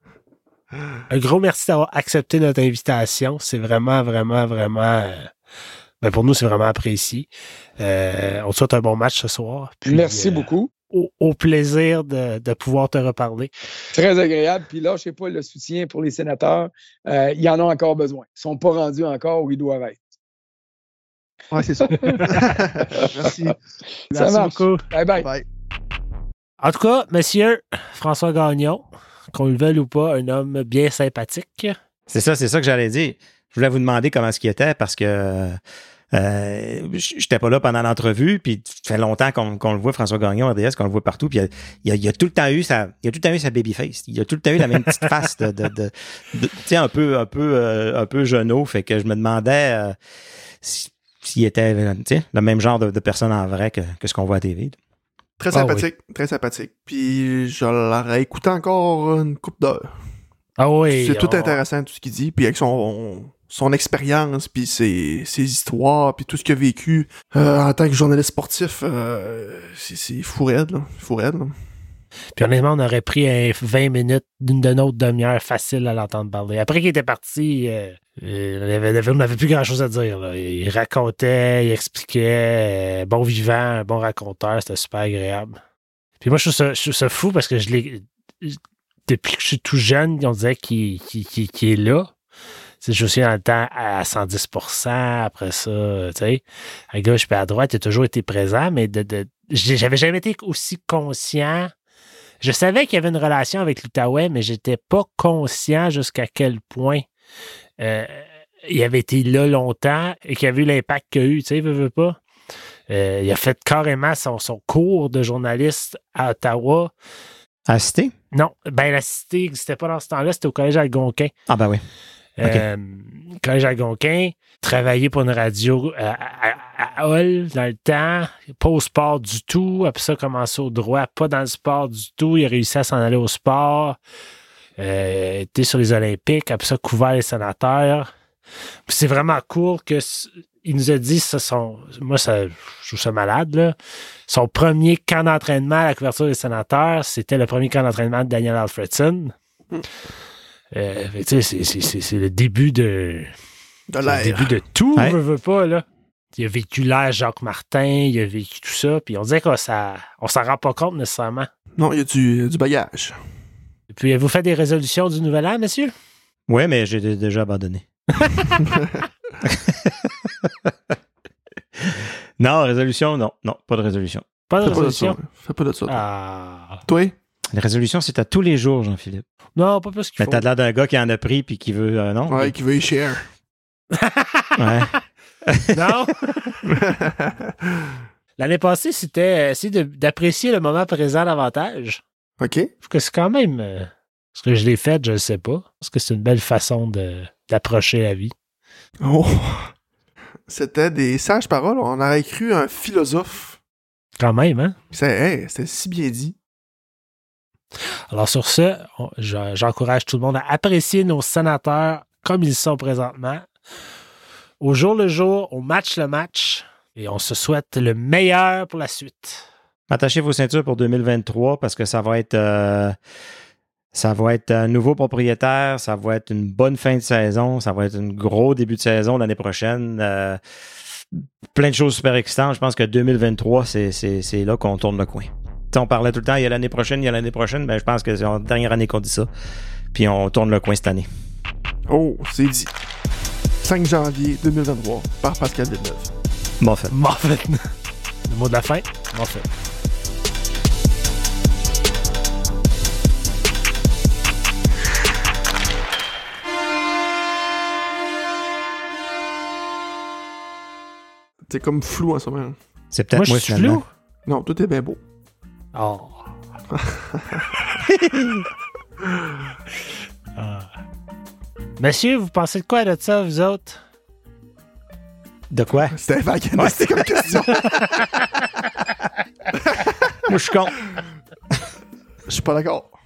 Un gros merci d'avoir accepté notre invitation. C'est vraiment, vraiment, vraiment... Euh... Ben pour nous, c'est vraiment apprécié. Euh, on te souhaite un bon match ce soir. Puis, merci euh, beaucoup. Au, au plaisir de, de pouvoir te reparler. Très agréable. Puis là, je ne sais pas, le soutien pour les sénateurs, euh, ils en ont encore besoin. Ils ne sont pas rendus encore où ils doivent être. Oui, c'est ça. Merci. Ça merci marche. beaucoup. Bye, bye bye. En tout cas, monsieur François Gagnon, qu'on le veuille ou pas, un homme bien sympathique. C'est ça, c'est ça que j'allais dire. Je voulais vous demander comment ce qu'il était parce que euh, j'étais pas là pendant l'entrevue, puis ça fait longtemps qu'on, qu'on le voit, François Gagnon, R D S, qu'on le voit partout, puis il a, il a tout le temps eu sa, il a tout le temps eu sa babyface. Il a tout le temps eu la même petite face de, de, de, de tu sais, un peu, un peu, euh, un peu jeunot. Fait que je me demandais euh, si, s'il était, tu sais, le même genre de, de personne en vrai que, que ce qu'on voit à T V. Très sympathique, ah oui. très sympathique. Puis je l'aurais écouté encore une couple d'heures. Ah oui. C'est tout on... intéressant tout ce qu'il dit, puis avec son son expérience, puis ses, ses histoires, puis tout ce qu'il a vécu euh, en tant que journaliste sportif, euh, c'est, c'est fou raide, là. Fou raide, là. Puis honnêtement, on aurait pris un vingt minutes d'une de notre demi-heure facile à l'entendre parler. Après qu'il était parti, euh, on n'avait plus grand-chose à dire. Là. Il racontait, il expliquait, euh, bon vivant, bon raconteur, c'était super agréable. Puis moi, je trouve ça, je trouve ça fou parce que je l'ai... Depuis que je suis tout jeune, on disait qu'il, qu'il, qu'il, qu'il est là. C'est je suis dans le temps à cent dix pour cent, après ça, tu sais, à gauche puis à droite, il a toujours été présent, mais de, de, j'avais jamais été aussi conscient. Je savais qu'il y avait une relation avec l'Outaouais, mais j'étais pas conscient jusqu'à quel point euh, il avait été là longtemps et qu'il a vu l'impact qu'il a eu, tu sais, veut, veut pas. Euh, il a fait carrément son, son cours de journaliste à Ottawa. À la Cité? Non, ben la Cité n'existait pas dans ce temps-là, c'était au Collège Algonquin. Ah ben oui. Okay. Euh, Collège Algonquin, travaillé pour une radio à, à, à Hull dans le temps, pas au sport du tout, après ça, commencé au droit, pas dans le sport du tout, il a réussi à s'en aller au sport, euh, était sur les Olympiques, après ça, couvert les sénateurs. Puis c'est vraiment cool que il nous a dit, ça, son, moi, ça, je trouve ça malade, là. Son premier camp d'entraînement à la couverture des sénateurs, c'était le premier camp d'entraînement de Daniel Alfredson. Mm. Euh, c'est, c'est, c'est, c'est le début de, de l'air. Le début de tout, ouais. veut, veut pas, là. Il a vécu l'ère Jacques Martin, il a vécu tout ça, puis on disait qu'on ça, on s'en rend pas compte nécessairement. Non, il y a du, du bagage. Et puis, vous faites des résolutions du nouvel an, monsieur? Oui, mais j'ai déjà abandonné. Non, résolution, non. Non, pas de résolution. Pas de Fais résolution? Pas de ça, Fais pas de ça. Ah. Toi? Les résolutions, c'est à tous les jours, Jean-Philippe. Non, pas plus qu'il Mais faut. t'as l'air d'un gars qui en a pris puis qui veut... Euh, non? Ouais, qui veut y share. Ouais. Non? L'année passée, c'était essayer de, d'apprécier le moment présent davantage. OK. Parce que c'est quand même... Euh, ce que je l'ai fait, je ne sais pas. Parce que c'est une belle façon de, d'approcher la vie. Oh! C'était des sages paroles. On aurait cru un philosophe. Quand même, hein? C'est, hey, c'était si bien dit. Alors sur ce, on, j'encourage tout le monde à apprécier nos sénateurs comme ils sont présentement. Au jour le jour, au match le match. Et on se souhaite le meilleur pour la suite. Attachez vos ceintures pour deux mille vingt-trois parce que ça va être... Euh, Ça va être un nouveau propriétaire, ça va être une bonne fin de saison, ça va être un gros début de saison l'année prochaine. Euh, plein de choses super excitantes. Je pense que deux mille vingt-trois, c'est, c'est, c'est là qu'on tourne le coin. T'sais, on parlait tout le temps, il y a l'année prochaine, il y a l'année prochaine, mais je pense que c'est la dernière année qu'on dit ça. Puis on tourne le coin cette année. Oh, c'est dit. cinq janvier deux mille vingt-trois, par Pascal Villeneuve. Bon fait. Bon fait. Le mot de la fin, bon fait. C'est comme flou en ce moment. C'est peut-être moi, moi, je suis finalement. flou. Non, tout est bien beau. Oh. Ah. Messieurs, vous pensez de quoi de ça, vous autres? De quoi? C'était vague, ouais. C'était comme question. Moi, je suis con. Je suis pas d'accord.